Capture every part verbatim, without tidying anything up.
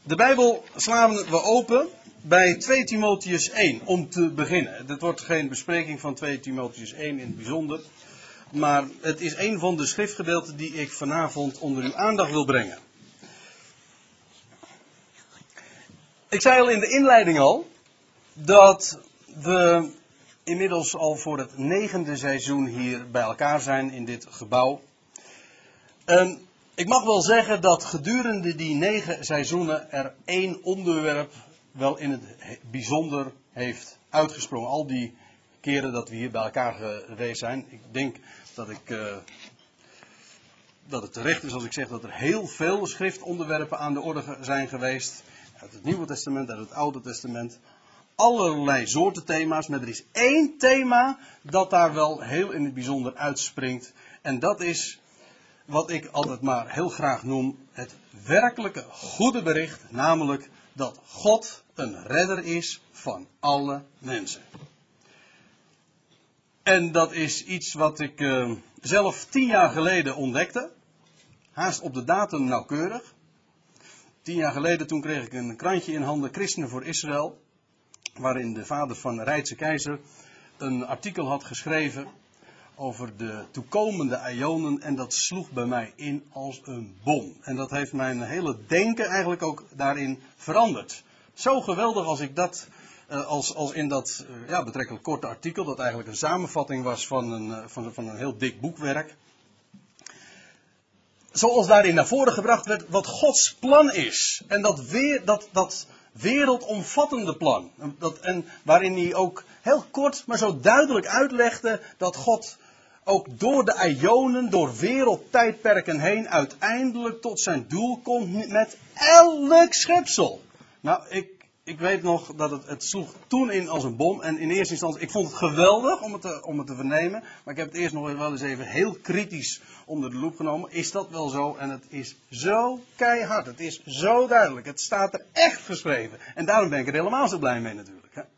De Bijbel slaan we open bij twee Timotheüs één, om te beginnen. Dit wordt geen bespreking van twee Timotheüs één in het bijzonder. Maar het is een van de schriftgedeelten die ik vanavond onder uw aandacht wil brengen. Ik zei al in de inleiding al, dat we inmiddels al voor het negende seizoen hier bij elkaar zijn in dit gebouw. En ik mag wel zeggen dat gedurende die negen seizoenen er één onderwerp wel in het bijzonder heeft uitgesprongen. Al die keren dat we hier bij elkaar geweest zijn. Ik denk dat ik uh, dat het terecht is als ik zeg dat er heel veel schriftonderwerpen aan de orde zijn geweest. Uit het Nieuwe Testament, uit het Oude Testament. Allerlei soorten thema's, maar er is één thema dat daar wel heel in het bijzonder uitspringt. En dat is wat ik altijd maar heel graag noem, het werkelijke goede bericht, namelijk dat God een redder is van alle mensen. En dat is iets wat ik uh, zelf tien jaar geleden ontdekte, haast op de datum nauwkeurig. Tien jaar geleden toen kreeg ik een krantje in handen, Christenen voor Israël, waarin de vader van Rijtse Keizer een artikel had geschreven over de toekomende eonen en dat sloeg bij mij in als een bom. En dat heeft mijn hele denken eigenlijk ook daarin veranderd. Zo geweldig als ik dat, als, als in dat ja, betrekkelijk korte artikel, dat eigenlijk een samenvatting was van een, van, van een heel dik boekwerk. Zoals daarin naar voren gebracht werd wat Gods plan is. En dat, weer, dat, dat wereldomvattende plan. Dat, en waarin hij ook heel kort, maar zo duidelijk uitlegde dat God ook door de eonen, door wereldtijdperken heen, uiteindelijk tot zijn doel komt met elk schepsel. Nou, ik, ik weet nog dat het, het sloeg toen in als een bom. En in eerste instantie, ik vond het geweldig om het, te, om het te vernemen. Maar ik heb het eerst nog wel eens even heel kritisch onder de loep genomen. Is dat wel zo? En het is zo keihard. Het is zo duidelijk. Het staat er echt geschreven. En daarom ben ik er helemaal zo blij mee natuurlijk. Hè?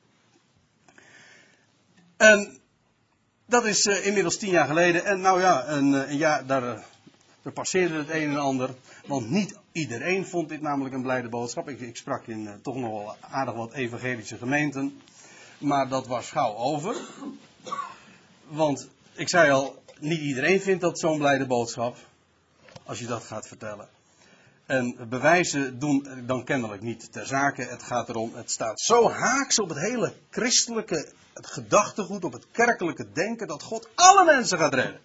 En dat is uh, inmiddels tien jaar geleden. En nou ja, een, een jaar, daar, uh, daar passeerde het een en ander. Want niet iedereen vond dit namelijk een blijde boodschap. Ik, ik sprak in uh, toch nog wel aardig wat evangelische gemeenten. Maar dat was gauw over. Want ik zei al, niet iedereen vindt dat zo'n blijde boodschap. Als je dat gaat vertellen. En bewijzen doen dan kennelijk niet ter zake. Het gaat erom, het staat zo haaks op het hele christelijke het gedachtegoed, op het kerkelijke denken, dat God alle mensen gaat redden.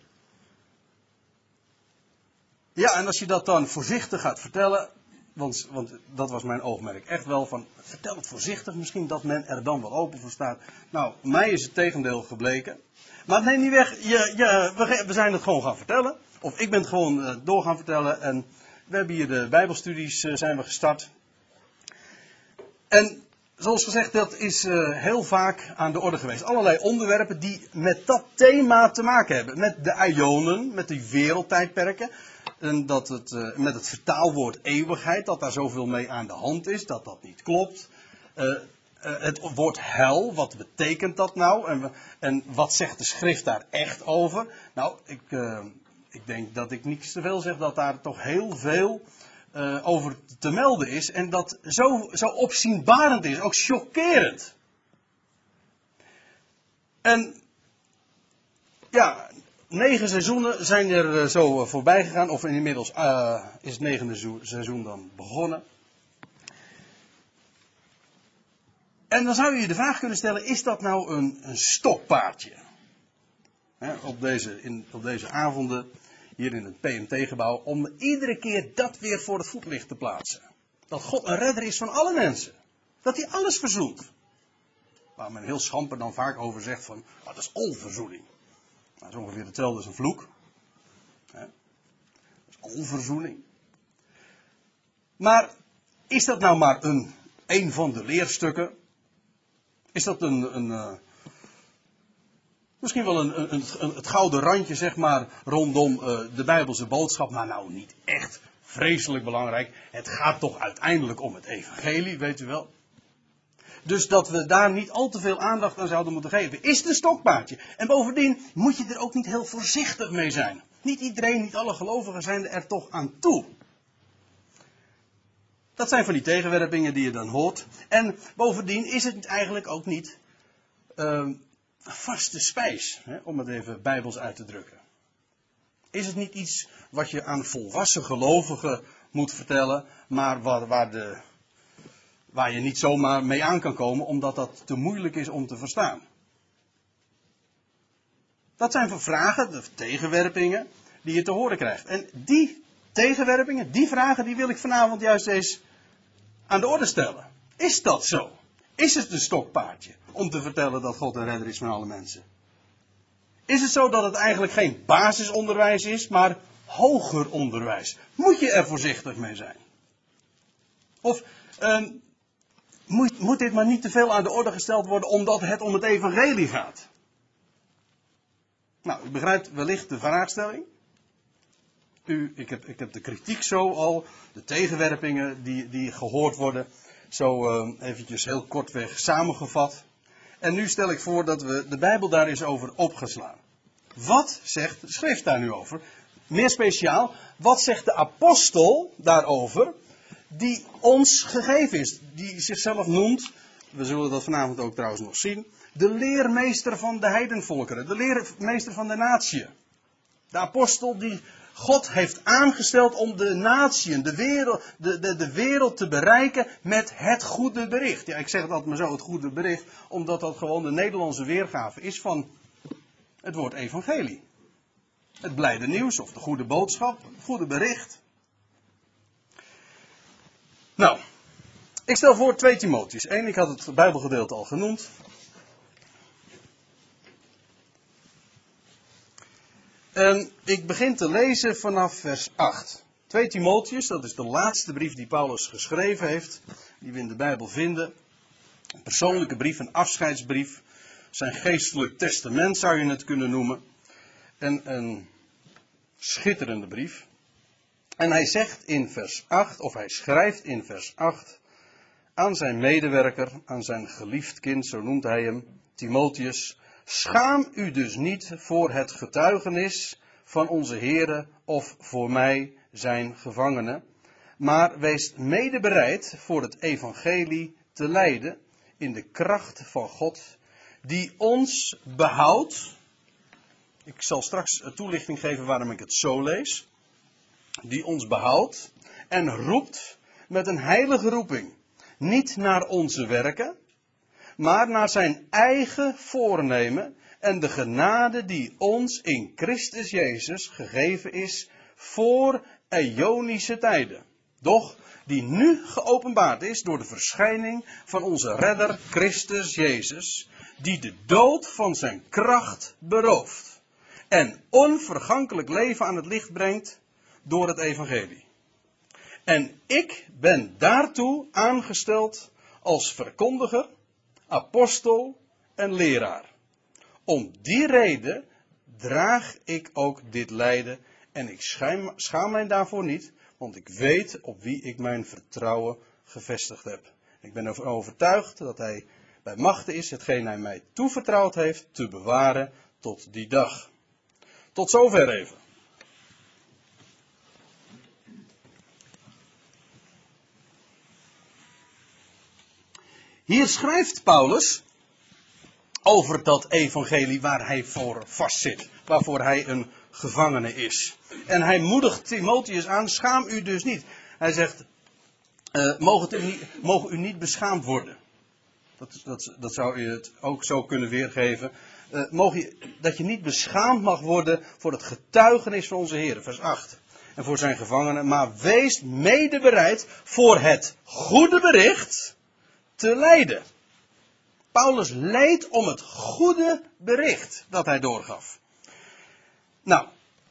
Ja, en als je dat dan voorzichtig gaat vertellen, want, want dat was mijn oogmerk echt wel, van vertel het voorzichtig misschien, dat men er dan wel open voor staat. Nou, mij is het tegendeel gebleken. Maar neem niet weg, je, je, we, we zijn het gewoon gaan vertellen. Of ik ben het gewoon uh, door gaan vertellen. En we hebben hier de bijbelstudies uh, zijn we gestart. En zoals gezegd, dat is uh, heel vaak aan de orde geweest. Allerlei onderwerpen die met dat thema te maken hebben. Met de eonen, met die wereldtijdperken. En dat het, uh, met het vertaalwoord eeuwigheid, dat daar zoveel mee aan de hand is, dat dat niet klopt. Uh, uh, het woord hel, wat betekent dat nou? En, en wat zegt de schrift daar echt over? Nou, ik, uh, ik denk dat ik niets te veel zeg, dat daar toch heel veel Uh, over te melden is. En dat zo, zo opzienbarend is. Ook chockerend. En ja, negen seizoenen zijn er uh, zo uh, voorbij gegaan. Of inmiddels uh, is het negende seizoen dan begonnen. En dan zou je je de vraag kunnen stellen. Is dat nou een, een stokpaardje? Hè, op, deze, in, op deze avonden. Hier in het P M T-gebouw, om iedere keer dat weer voor het voetlicht te plaatsen. Dat God een redder is van alle mensen. Dat hij alles verzoent. Waar men heel schamper dan vaak over zegt van, oh, dat is alverzoening. Nou, dat is ongeveer hetzelfde als een vloek. Hè? Dat is alverzoening. Maar is dat nou maar een, een van de leerstukken? Is dat een... een uh, Misschien wel een, een, een, het gouden randje, zeg maar, rondom uh, de Bijbelse boodschap, maar nou niet echt vreselijk belangrijk. Het gaat toch uiteindelijk om het evangelie, weet u wel. Dus dat we daar niet al te veel aandacht aan zouden moeten geven, is het een stokpaardje. En bovendien moet je er ook niet heel voorzichtig mee zijn. Niet iedereen, niet alle gelovigen zijn er toch aan toe. Dat zijn van die tegenwerpingen die je dan hoort. En bovendien is het eigenlijk ook niet uh, vaste spijs, hè, om het even bijbels uit te drukken. Is het niet iets wat je aan volwassen gelovigen moet vertellen, maar waar, waar, de, waar je niet zomaar mee aan kan komen, omdat dat te moeilijk is om te verstaan? Dat zijn voor vragen, de tegenwerpingen, die je te horen krijgt. En die tegenwerpingen, die vragen, die wil ik vanavond juist eens aan de orde stellen. Is dat zo? Is het een stokpaardje om te vertellen dat God een redder is van alle mensen? Is het zo dat het eigenlijk geen basisonderwijs is, maar hoger onderwijs? Moet je er voorzichtig mee zijn? Of uh, moet, moet dit maar niet te veel aan de orde gesteld worden omdat het om het evangelie gaat? Nou, u begrijpt wellicht de vraagstelling. U, ik, heb, ik heb de kritiek zo al, de tegenwerpingen die, die gehoord worden, zo uh, eventjes heel kortweg samengevat. En nu stel ik voor dat we de Bijbel daar eens over opgeslaan. Wat zegt de schrift daar nu over? Meer speciaal, wat zegt de apostel daarover, die ons gegeven is, die zichzelf noemt, we zullen dat vanavond ook trouwens nog zien, de leermeester van de heidenvolkeren, de leermeester van de natie. De apostel die God heeft aangesteld om de natieën, de wereld, de, de, de wereld te bereiken met het goede bericht. Ja, ik zeg het altijd maar zo, het goede bericht, omdat dat gewoon de Nederlandse weergave is van het woord evangelie. Het blijde nieuws of de goede boodschap, het goede bericht. Nou, ik stel voor twee Timotheus. Eén, ik had het Bijbelgedeelte al genoemd. En ik begin te lezen vanaf vers acht. twee Timotheus, dat is de laatste brief die Paulus geschreven heeft, die we in de Bijbel vinden. Een persoonlijke brief, een afscheidsbrief. Zijn geestelijk testament zou je het kunnen noemen. En een schitterende brief. En hij zegt in vers acht, of hij schrijft in vers acht, aan zijn medewerker, aan zijn geliefd kind, zo noemt hij hem, Timotheus. Schaam u dus niet voor het getuigenis van onze Here of voor mij zijn gevangene, maar wees mede bereid voor het evangelie te lijden in de kracht van God, die ons behoudt. Ik zal straks toelichting geven waarom ik het zo lees. Die ons behoudt en roept met een heilige roeping. Niet naar onze werken, maar naar zijn eigen voornemen en de genade die ons in Christus Jezus gegeven is voor eonische tijden. Doch die nu geopenbaard is door de verschijning van onze redder Christus Jezus, die de dood van zijn kracht berooft en onvergankelijk leven aan het licht brengt door het evangelie. En ik ben daartoe aangesteld als verkondiger, apostel en leraar. Om die reden draag ik ook dit lijden en ik schaam, schaam mij daarvoor niet, want ik weet op wie ik mijn vertrouwen gevestigd heb. Ik ben ervan overtuigd dat hij bij machte is hetgeen hij mij toevertrouwd heeft te bewaren tot die dag. Tot zover even. Hier schrijft Paulus over dat evangelie waar hij voor vastzit, waarvoor hij een gevangene is. En hij moedigt Timotheus aan, schaam u dus niet. Hij zegt, uh, mogen, u niet, mogen u niet beschaamd worden. Dat, dat, dat zou je het ook zo kunnen weergeven. Uh, mogen je, dat je niet beschaamd mag worden voor het getuigenis van onze Heer, vers acht. En voor zijn gevangenen, maar wees mede bereid voor het goede bericht te lijden. Paulus leed om het goede bericht dat hij doorgaf. Nou,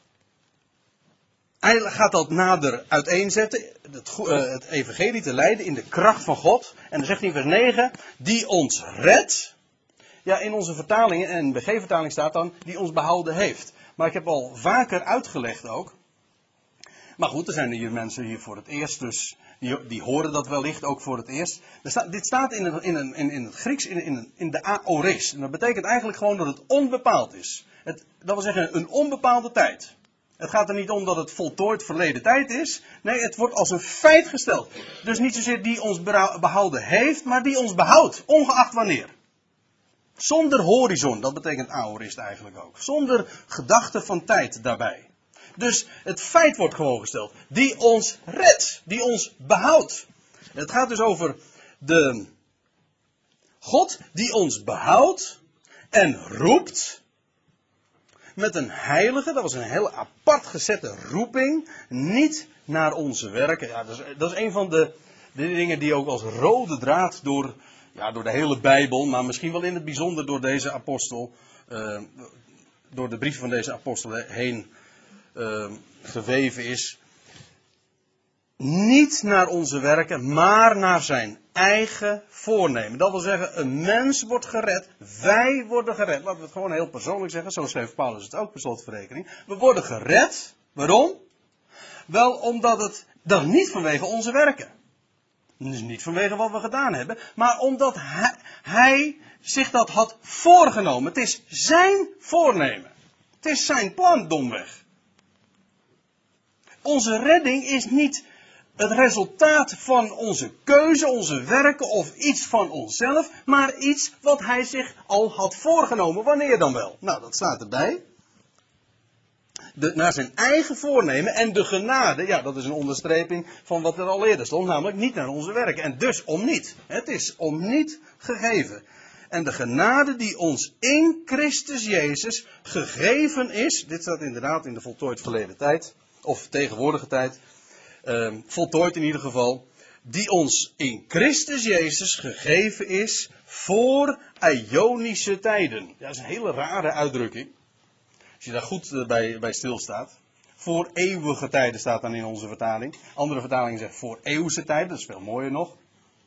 hij gaat dat nader uiteenzetten, het, uh, het evangelie te lijden in de kracht van God. En dan zegt hij in vers negen, die ons redt. Ja, in onze vertalingen, en in de B G-vertaling staat dan, die ons behouden heeft. Maar ik heb al vaker uitgelegd ook. Maar goed, er zijn hier mensen hier voor het eerst, dus die, die horen dat wellicht ook voor het eerst. Er staat, dit staat in, een, in, een, in, in het Grieks in, in, in de aorist. En dat betekent eigenlijk gewoon dat het onbepaald is. Het, dat wil zeggen een onbepaalde tijd. Het gaat er niet om dat het voltooid verleden tijd is. Nee, het wordt als een feit gesteld. Dus niet zozeer die ons behouden heeft, maar die ons behoudt. Ongeacht wanneer. Zonder horizon, dat betekent aorist eigenlijk ook. Zonder gedachte van tijd daarbij. Dus het feit wordt gewoon gesteld. Die ons redt. Die ons behoudt. Het gaat dus over de God die ons behoudt en roept. Met een heilige, dat was een hele apart gezette roeping. Niet naar onze werken. Ja, dat, is, dat is een van de, de dingen die ook als rode draad door, ja, door de hele Bijbel. Maar misschien wel in het bijzonder door deze apostel. Uh, door de brieven van deze apostel heen uh, geweven is. Niet naar onze werken, maar naar zijn eigen voornemen. Dat wil zeggen, een mens wordt gered, wij worden gered. Laten we het gewoon heel persoonlijk zeggen, zo schreef Paulus het ook per slotverrekening. We worden gered, waarom? Wel omdat het, dat niet vanwege onze werken. Dus niet vanwege wat we gedaan hebben, maar omdat hij, hij zich dat had voorgenomen. Het is zijn voornemen. Het is zijn plan, domweg. Onze redding is niet het resultaat van onze keuze, onze werken of iets van onszelf, maar iets wat hij zich al had voorgenomen. Wanneer dan wel? Nou, dat staat erbij. De, naar zijn eigen voornemen en de genade, ja, dat is een onderstreping van wat er al eerder stond, namelijk niet naar onze werken. En dus om niet. Het is om niet gegeven. En de genade die ons in Christus Jezus gegeven is, dit staat inderdaad in de voltooid verleden tijd, of tegenwoordige tijd, uh, voltooid in ieder geval, die ons in Christus Jezus gegeven is voor Ionische tijden. Ja, dat is een hele rare uitdrukking. Als je daar goed uh, bij, bij stilstaat. Voor eeuwige tijden staat dan in onze vertaling. Andere vertalingen zeggen voor eeuwse tijden, dat is veel mooier nog.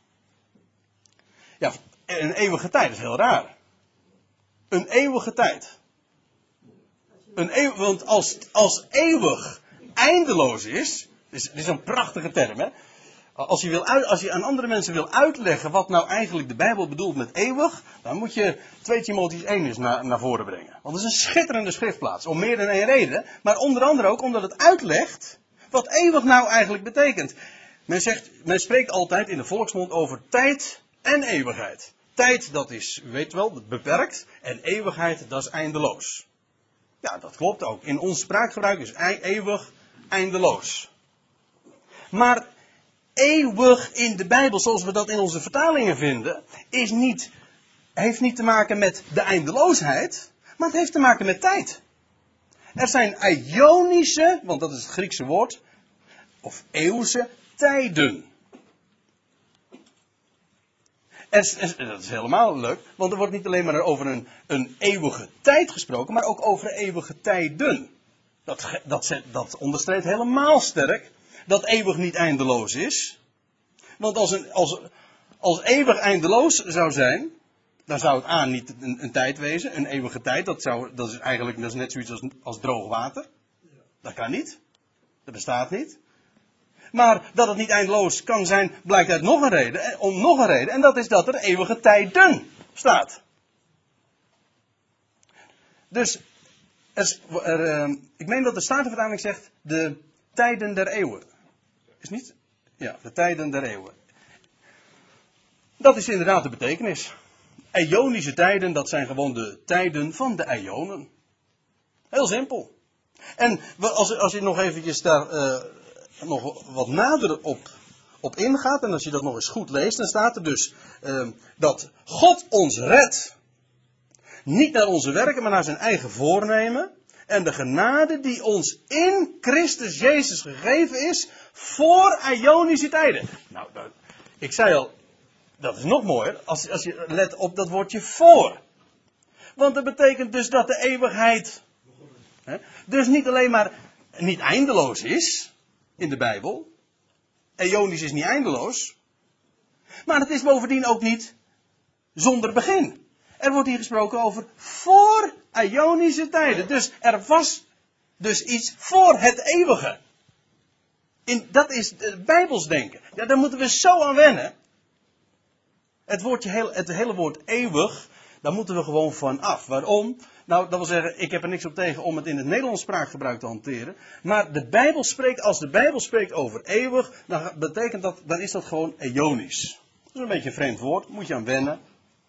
Ja, een eeuwige tijd is heel raar. Een eeuwige tijd. Een eeuw, want als, als eeuwig eindeloos is, dit is, dit is een prachtige term, hè. Als je, wil uit, als je aan andere mensen wil uitleggen wat nou eigenlijk de Bijbel bedoelt met eeuwig, dan moet je twee Timotheüs één eens naar, naar voren brengen. Want het is een schitterende schriftplaats, om meer dan één reden, maar onder andere ook omdat het uitlegt wat eeuwig nou eigenlijk betekent. Men zegt, men spreekt altijd in de volksmond over tijd en eeuwigheid. Tijd, dat is, u weet wel, beperkt, en eeuwigheid, dat is eindeloos. Ja, dat klopt ook. In ons spraakgebruik is eeuwig eindeloos. Maar eeuwig in de Bijbel, zoals we dat in onze vertalingen vinden, is niet, heeft niet te maken met de eindeloosheid, maar het heeft te maken met tijd. Er zijn Ionische, want dat is het Griekse woord, of eeuwse tijden. Er, er, dat is helemaal leuk, want er wordt niet alleen maar over een, een eeuwige tijd gesproken, maar ook over eeuwige tijden. Dat, dat, dat onderstreept helemaal sterk dat eeuwig niet eindeloos is. Want als, een, als, als eeuwig eindeloos zou zijn, dan zou het A niet een, een tijd wezen, een eeuwige tijd. Dat, zou, dat is eigenlijk dat is net zoiets als, als droog water. Dat kan niet. Dat bestaat niet. Maar dat het niet eindeloos kan zijn, blijkt uit nog een reden, om nog een reden. En dat is dat er eeuwige tijden staat. Dus, er, er, ik meen dat de Statenvertaling zegt, de tijden der eeuwen. Is niet? Ja, de tijden der eeuwen. Dat is inderdaad de betekenis. Ionische tijden, dat zijn gewoon de tijden van de Ionen. Heel simpel. En als, als je nog eventjes daar uh, nog wat nader op, op ingaat, en als je dat nog eens goed leest, dan staat er dus uh, dat God ons redt. Niet naar onze werken, maar naar zijn eigen voornemen. En de genade die ons in Christus Jezus gegeven is voor Ionische tijden. Nou, dat, ik zei al, dat is nog mooier als, als je let op dat woordje voor. Want dat betekent dus dat de eeuwigheid hè, dus niet alleen maar niet eindeloos is in de Bijbel. Ionisch is niet eindeloos. Maar het is bovendien ook niet zonder begin. Er wordt hier gesproken over voor Ionische tijden. Dus er was dus iets voor het eeuwige. In, dat is het Bijbels denken. Ja, daar moeten we zo aan wennen. Het, woordje, het hele woord eeuwig, daar moeten we gewoon van af. Waarom? Nou, dat wil zeggen, ik heb er niks op tegen om het in het Nederlands spraakgebruik te hanteren. Maar de Bijbel spreekt, als de Bijbel spreekt over eeuwig, dan betekent dat, dan is dat gewoon eonisch. Dat is een beetje een vreemd woord, moet je aan wennen.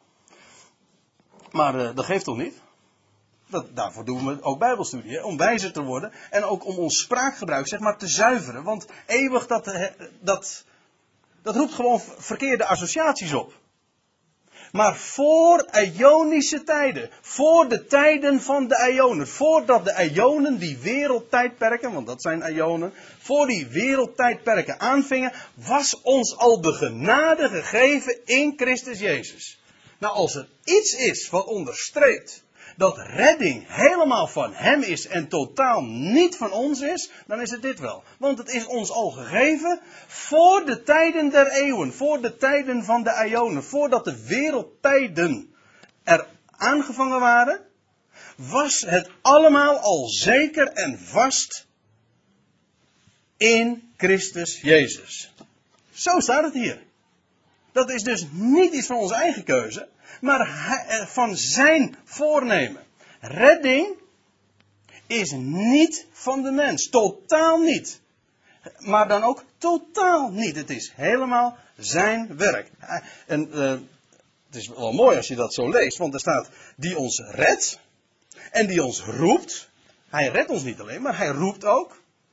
Maar uh, dat geeft toch niet? Dat, daarvoor doen we ook Bijbelstudie, hè? Om wijzer te worden. En ook om ons spraakgebruik, zeg maar, te zuiveren. Want eeuwig, dat, dat, dat roept gewoon verkeerde associaties op. Maar voor eonische tijden, voor de tijden van de eonen, voordat de eonen, die wereldtijdperken, want dat zijn eonen, voor die wereldtijdperken aanvingen, was ons al de genade gegeven in Christus Jezus. Nou, als er iets is wat onderstreept dat redding helemaal van hem is en totaal niet van ons is, dan is het dit wel. Want het is ons al gegeven voor de tijden der eeuwen, voor de tijden van de eonen, voordat de wereldtijden er aangevangen waren, was het allemaal al zeker en vast in Christus Jezus. Zo staat het hier. Dat is dus niet iets van onze eigen keuze, maar van zijn voornemen. Redding is niet van de mens. Totaal niet. Maar dan ook totaal niet. Het is helemaal zijn werk. En uh, het is wel mooi als je dat zo leest, want er staat die ons redt en die ons roept. Hij redt ons niet alleen, maar hij roept ook.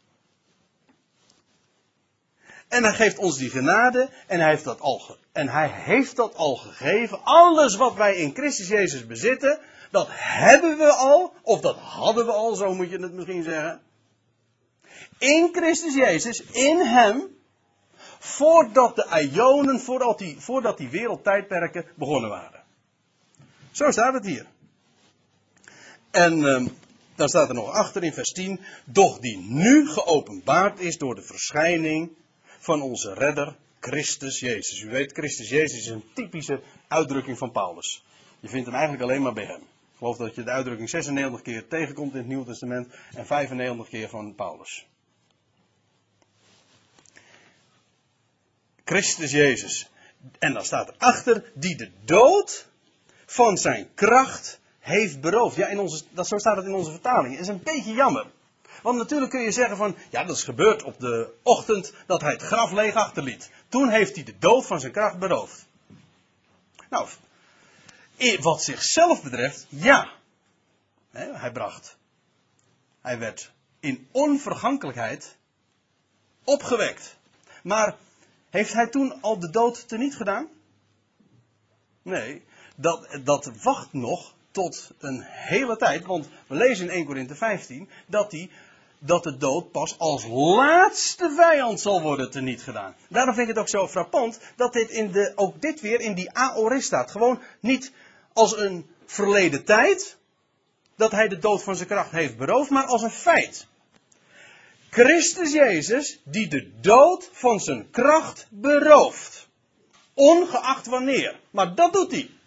En hij geeft ons die genade en hij heeft dat al, ge- en hij heeft dat al gegeven. Alles wat wij in Christus Jezus bezitten, dat hebben we al, of dat hadden we al, zo moet je het misschien zeggen. In Christus Jezus, in hem, voordat de eonen, voordat die, voordat die wereldtijdperken begonnen waren. Zo staat het hier. En uh, dan staat er nog achter in vers tien, doch die nu geopenbaard is door de verschijning van onze redder Christus Jezus. U weet, Christus Jezus is een typische uitdrukking van Paulus. Je vindt hem eigenlijk alleen maar bij hem. Ik geloof dat je de uitdrukking zesennegentig keer tegenkomt in het Nieuwe Testament en vijfennegentig keer van Paulus. Christus Jezus. En dan staat erachter, die de dood van zijn kracht heeft beroofd. Ja, in onze, dat, zo staat het in onze vertaling. Het is een beetje jammer. Want natuurlijk kun je zeggen van, ja, dat is gebeurd op de ochtend dat hij het graf leeg achterliet. Toen heeft hij de dood van zijn kracht beroofd. Nou, wat zichzelf betreft, ja. He, hij bracht. Hij werd in onvergankelijkheid opgewekt. Maar heeft hij toen al de dood teniet gedaan? Nee, dat, dat wacht nog tot een hele tijd. Want we lezen in eerste Korinthe vijftien dat hij... dat de dood pas als laatste vijand zal worden teniet gedaan. Daarom vind ik het ook zo frappant dat dit in de, ook dit weer in die aorist staat. Gewoon niet als een verleden tijd, dat hij de dood van zijn kracht heeft beroofd, maar als een feit. Christus Jezus die de dood van zijn kracht berooft. Ongeacht wanneer. Maar dat doet hij.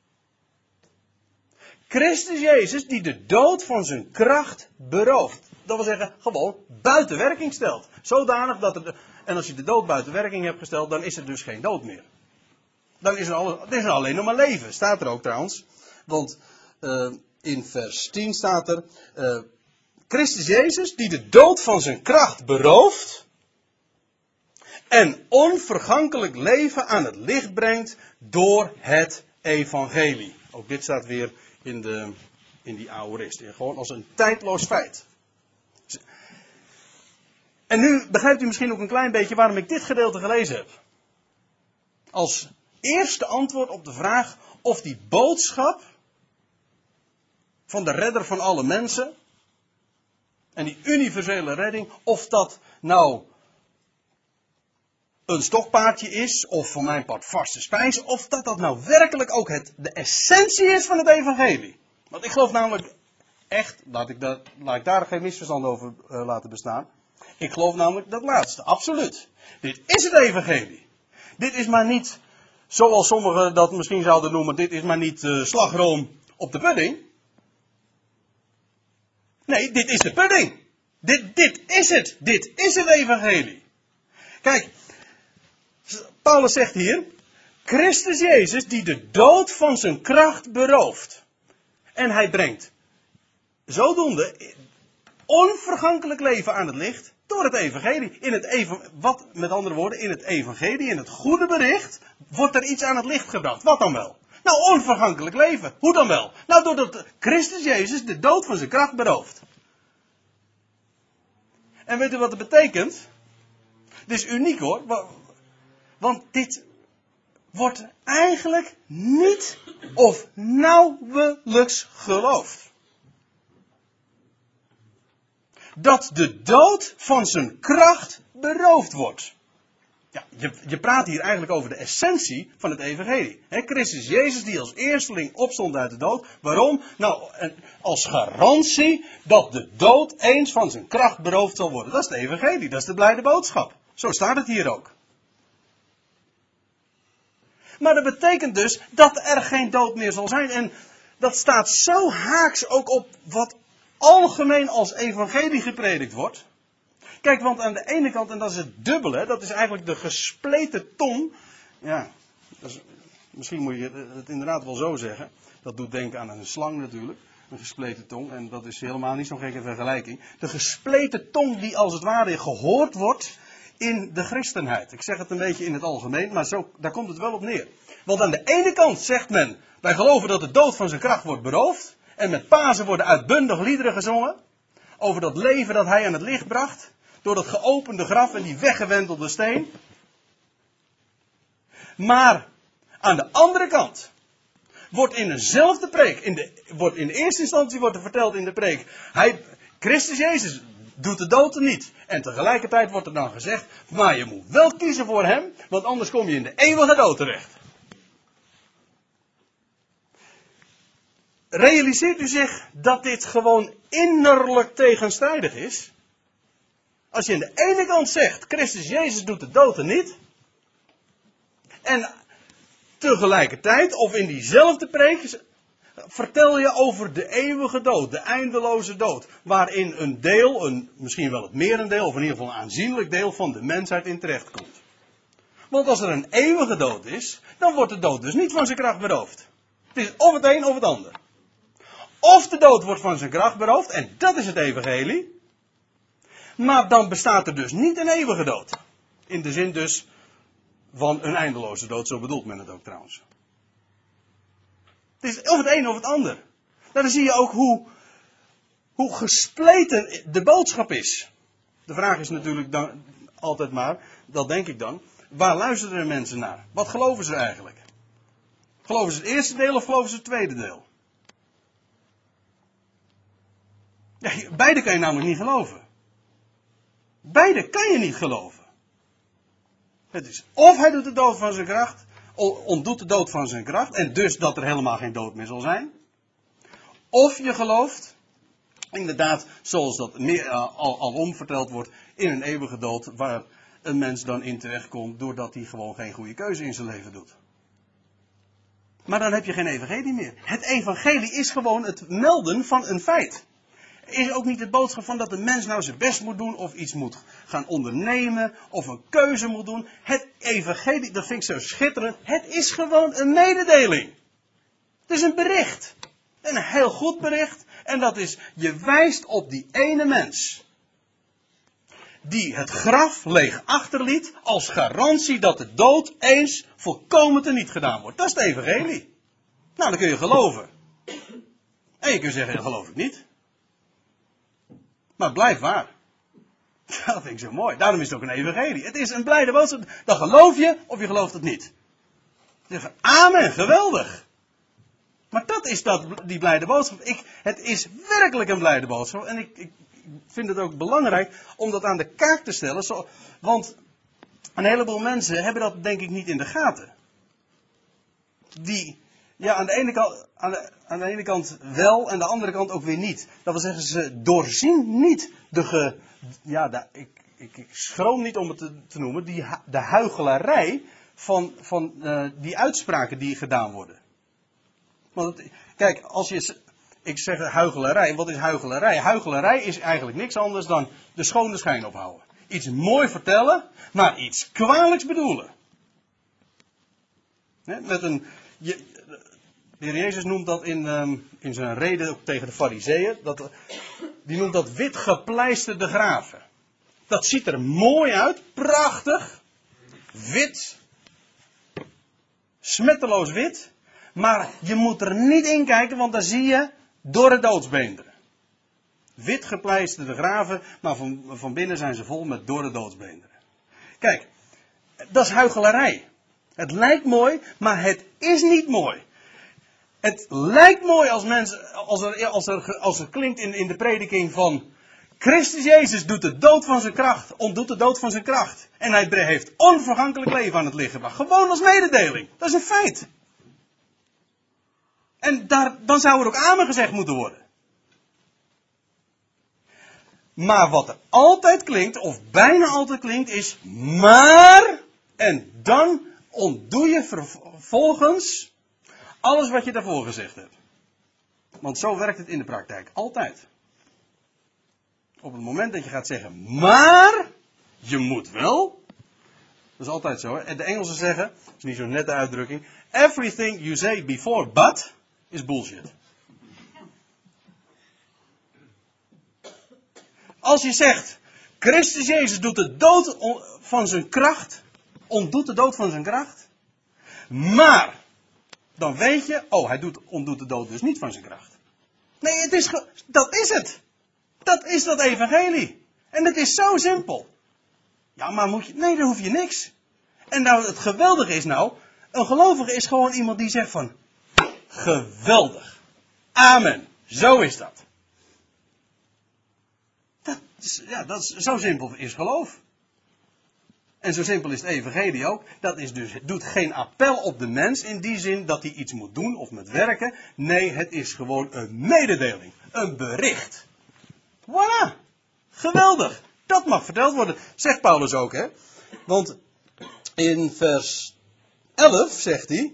Christus Jezus die de dood van zijn kracht berooft. Dat wil zeggen, gewoon buiten werking stelt. Zodanig dat er... De, en als je de dood buiten werking hebt gesteld, dan is er dus geen dood meer. Dan is er, al, er is er alleen nog maar leven. Staat er ook trouwens. Want uh, in vers tien staat er... Uh, Christus Jezus die de dood van zijn kracht berooft. En onvergankelijk leven aan het licht brengt door het evangelie. Ook dit staat weer in, de, in die aorist. Gewoon als een tijdloos feit. En nu begrijpt u misschien ook een klein beetje waarom ik dit gedeelte gelezen heb. Als eerste antwoord op de vraag of die boodschap van de redder van alle mensen en die universele redding, of dat nou een stokpaardje is, of voor mijn part vaste spijs, of dat dat nou werkelijk ook het, de essentie is van het evangelie. Want ik geloof namelijk echt, laat ik, dat, laat ik daar geen misverstand over uh, laten bestaan. Ik geloof namelijk dat laatste, absoluut. Dit is het evangelie. Dit is maar niet, zoals sommigen dat misschien zouden noemen, dit is maar niet uh, slagroom op de pudding. Nee, dit is de pudding. Dit, dit is het. Dit is het evangelie. Kijk, Paulus zegt hier, Christus Jezus die de dood van zijn kracht berooft. En hij brengt zodoende onvergankelijk leven aan het licht door het evangelie. In het even, wat met andere woorden, in het evangelie, in het goede bericht, wordt er iets aan het licht gebracht. Wat dan wel? Nou, onvergankelijk leven. Hoe dan wel? Nou, doordat Christus Jezus de dood van zijn kracht berooft. En weet u wat het betekent? Dit is uniek hoor. Want dit wordt eigenlijk niet of nauwelijks geloofd. Dat de dood van zijn kracht beroofd wordt. Ja, je, je praat hier eigenlijk over de essentie van het evangelie. He, Christus Jezus die als eersteling opstond uit de dood. Waarom? Nou, als garantie dat de dood eens van zijn kracht beroofd zal worden. Dat is het evangelie, dat is de blijde boodschap. Zo staat het hier ook. Maar dat betekent dus dat er geen dood meer zal zijn. En dat staat zo haaks ook op wat algemeen als evangelie gepredikt wordt. Kijk, want aan de ene kant, en dat is het dubbele, dat is eigenlijk de gespleten tong. Ja, dat is, misschien moet je het inderdaad wel zo zeggen. Dat doet denken aan een slang natuurlijk. Een gespleten tong. En dat is helemaal niet zo'n gekke vergelijking. De gespleten tong die als het ware gehoord wordt in de christenheid. Ik zeg het een beetje in het algemeen, maar zo, daar komt het wel op neer. Want aan de ene kant zegt men, wij geloven dat de dood van zijn kracht wordt beroofd. En met Pasen worden uitbundig liederen gezongen. Over dat leven dat hij aan het licht bracht. Door dat geopende graf en die weggewentelde steen. Maar aan de andere kant wordt in dezelfde preek, in de, wordt in de eerste instantie wordt er verteld in de preek, hij, Christus Jezus doet de dood er niet. En tegelijkertijd wordt er dan gezegd, maar je moet wel kiezen voor hem, want anders kom je in de eeuwige dood terecht. Realiseert u zich dat dit gewoon innerlijk tegenstrijdig is? Als je aan de ene kant zegt, Christus Jezus doet de dood er niet. En tegelijkertijd, of in diezelfde preek, vertel je over de eeuwige dood, de eindeloze dood. Waarin een deel, een, misschien wel het merendeel, of in ieder geval een aanzienlijk deel van de mensheid in terecht komt. Want als er een eeuwige dood is, dan wordt de dood dus niet van zijn kracht beroofd. Het is of het een of het ander. Of de dood wordt van zijn kracht beroofd, en dat is het evangelie. Maar dan bestaat er dus niet een eeuwige dood. In de zin dus van een eindeloze dood, zo bedoelt men het ook trouwens. Het is of het een of het ander. Nou, dan zie je ook hoe, hoe gespleten de boodschap is. De vraag is natuurlijk dan altijd maar, dat denk ik dan, waar luisteren de mensen naar? Wat geloven ze eigenlijk? Geloven ze het eerste deel of geloven ze het tweede deel? Ja, beide kan je namelijk niet geloven. Beide kan je niet geloven. Het is of hij doet de dood van zijn kracht, ontdoet de dood van zijn kracht, en dus dat er helemaal geen dood meer zal zijn. Of je gelooft, inderdaad, zoals dat meer, uh, al, alom verteld wordt, in een eeuwige dood, waar een mens dan in terechtkomt, doordat hij gewoon geen goede keuze in zijn leven doet. Maar dan heb je geen evangelie meer. Het evangelie is gewoon het melden van een feit. Is ook niet de boodschap van dat de mens nou zijn best moet doen, of iets moet gaan ondernemen, of een keuze moet doen. Het evangelie, dat vind ik zo schitterend, het is gewoon een mededeling. Het is een bericht. Een heel goed bericht. En dat is, je wijst op die ene mens. Die het graf leeg achterliet, als garantie dat de dood eens volkomen teniet gedaan wordt. Dat is het evangelie. Nou, dan kun je geloven. En je kunt zeggen, dat geloof ik niet. Maar het blijft waar. Dat vind ik zo mooi. Daarom is het ook een evangelie. Het is een blijde boodschap. Dan geloof je of je gelooft het niet. Je zegt, amen, geweldig. Maar dat is dat, die blijde boodschap. Ik, het is werkelijk een blijde boodschap. En ik, ik vind het ook belangrijk om dat aan de kaak te stellen. Zo, want een heleboel mensen hebben dat denk ik niet in de gaten. Die... Ja, aan de, ene kant, aan, de, aan de ene kant wel en aan de andere kant ook weer niet. Dat wil zeggen, ze doorzien niet de, ge, ja, de, ik, ik, ik schroom niet om het te, te noemen, die, de huichelarij van, van uh, die uitspraken die gedaan worden. Want het, kijk, als je, ik zeg huichelarij, wat is huichelarij? Huichelarij is eigenlijk niks anders dan de schone schijn ophouden. Iets mooi vertellen, maar iets kwalijks bedoelen. He, met een... Je, De Heer Jezus noemt dat in, um, in zijn reden tegen de Farizeeën, dat, die noemt dat wit gepleisterde graven. Dat ziet er mooi uit, prachtig, wit, smetteloos wit, maar je moet er niet in kijken, want dan zie je dorre doodsbeenderen. Wit gepleisterde graven, maar van, van binnen zijn ze vol met dorre doodsbeenderen. Kijk, dat is huichelarij. Het lijkt mooi, maar het is niet mooi. Het lijkt mooi als, mensen, als, er, als, er, als er klinkt in, in de prediking van Christus Jezus doet de dood van zijn kracht, ontdoet de dood van zijn kracht. En hij heeft onvergankelijk leven aan het licht gebracht. Gewoon als mededeling. Dat is een feit. En daar, dan zou er ook amen gezegd moeten worden. Maar wat er altijd klinkt, of bijna altijd klinkt, is maar, en dan ontdoe je vervolgens alles wat je daarvoor gezegd hebt. Want zo werkt het in de praktijk. Altijd. Op het moment dat je gaat zeggen, maar, je moet wel. Dat is altijd zo. Hè? En de Engelsen zeggen, dat is niet zo'n nette uitdrukking, everything you say before but is bullshit. Als je zegt, Christus Jezus doet de dood van zijn kracht, ontdoet de dood van zijn kracht, maar, dan weet je, oh, hij doet, ontdoet de dood dus niet van zijn kracht. Nee, het is ge, dat is het. Dat is dat evangelie. En het is zo simpel. Ja, maar moet je, nee, dan hoef je niks. En nou, het geweldige is nou, een gelovige is gewoon iemand die zegt van, geweldig. Amen. Zo is dat. Dat is, ja, dat is, zo simpel is geloof. En zo simpel is het evangelie ook. Dat is dus, het doet geen appel op de mens in die zin dat hij iets moet doen of moet werken. Nee, het is gewoon een mededeling. Een bericht. Voilà. Geweldig. Dat mag verteld worden. Zegt Paulus ook, hè. Want in vers elf zegt hij,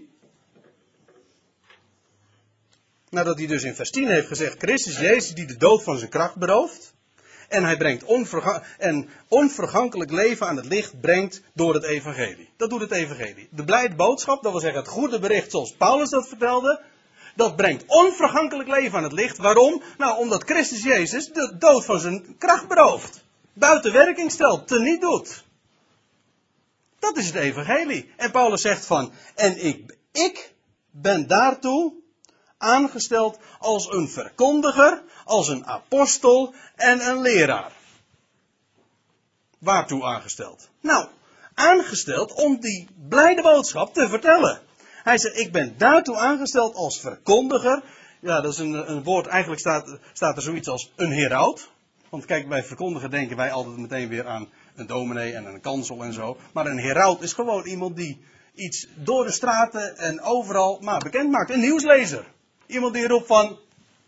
nadat hij dus in vers tien heeft gezegd, Christus Jezus die de dood van zijn kracht berooft. En hij brengt onverga- en onvergankelijk leven aan het licht brengt door het evangelie. Dat doet het evangelie. De blijde boodschap, dat wil zeggen het goede bericht zoals Paulus dat vertelde. Dat brengt onvergankelijk leven aan het licht. Waarom? Nou, omdat Christus Jezus de dood van zijn kracht berooft. Buiten werking stelt, teniet doet. Dat is het evangelie. En Paulus zegt van, en ik, ik ben daartoe aangesteld als een verkondiger, als een apostel en een leraar. Waartoe aangesteld? Nou, aangesteld om die blijde boodschap te vertellen. Hij zegt, ik ben daartoe aangesteld als verkondiger. Ja, dat is een, een woord, eigenlijk staat, staat er zoiets als een heraut. Want kijk, bij verkondiger denken wij altijd meteen weer aan een dominee en een kansel en zo. Maar een heraut is gewoon iemand die iets door de straten en overal maar bekend maakt. Een nieuwslezer. Iemand die roept van,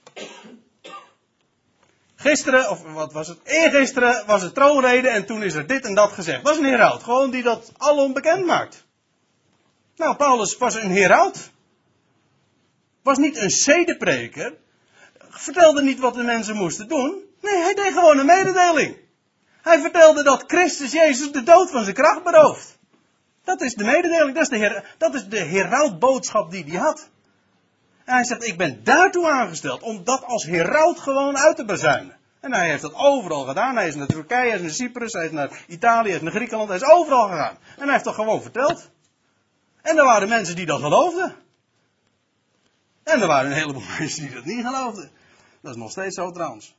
gisteren, of wat was het, eergisteren was het troonrede en toen is er dit en dat gezegd. Dat is een heraut, gewoon die dat alom bekend maakt. Nou, Paulus was een heraut. Was niet een zedepreker. Vertelde niet wat de mensen moesten doen. Nee, hij deed gewoon een mededeling. Hij vertelde dat Christus Jezus de dood van zijn kracht berooft. Dat is de mededeling, dat is de, her, dat is de herautboodschap die hij had. En hij zegt, ik ben daartoe aangesteld om dat als heraut gewoon uit te bazuinen. En hij heeft dat overal gedaan. Hij is naar Turkije, hij is naar Cyprus, hij is naar Italië, hij is naar Griekenland. Hij is overal gegaan. En hij heeft dat gewoon verteld. En er waren mensen die dat geloofden. En er waren een heleboel mensen die dat niet geloofden. Dat is nog steeds zo trouwens.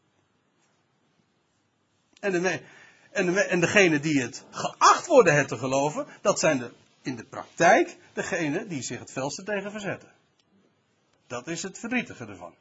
En, de, en, de, en degene die het geacht worden het te geloven, dat zijn de, in de praktijk degenen die zich het felste tegen verzetten. Dat is het verdrietige ervan.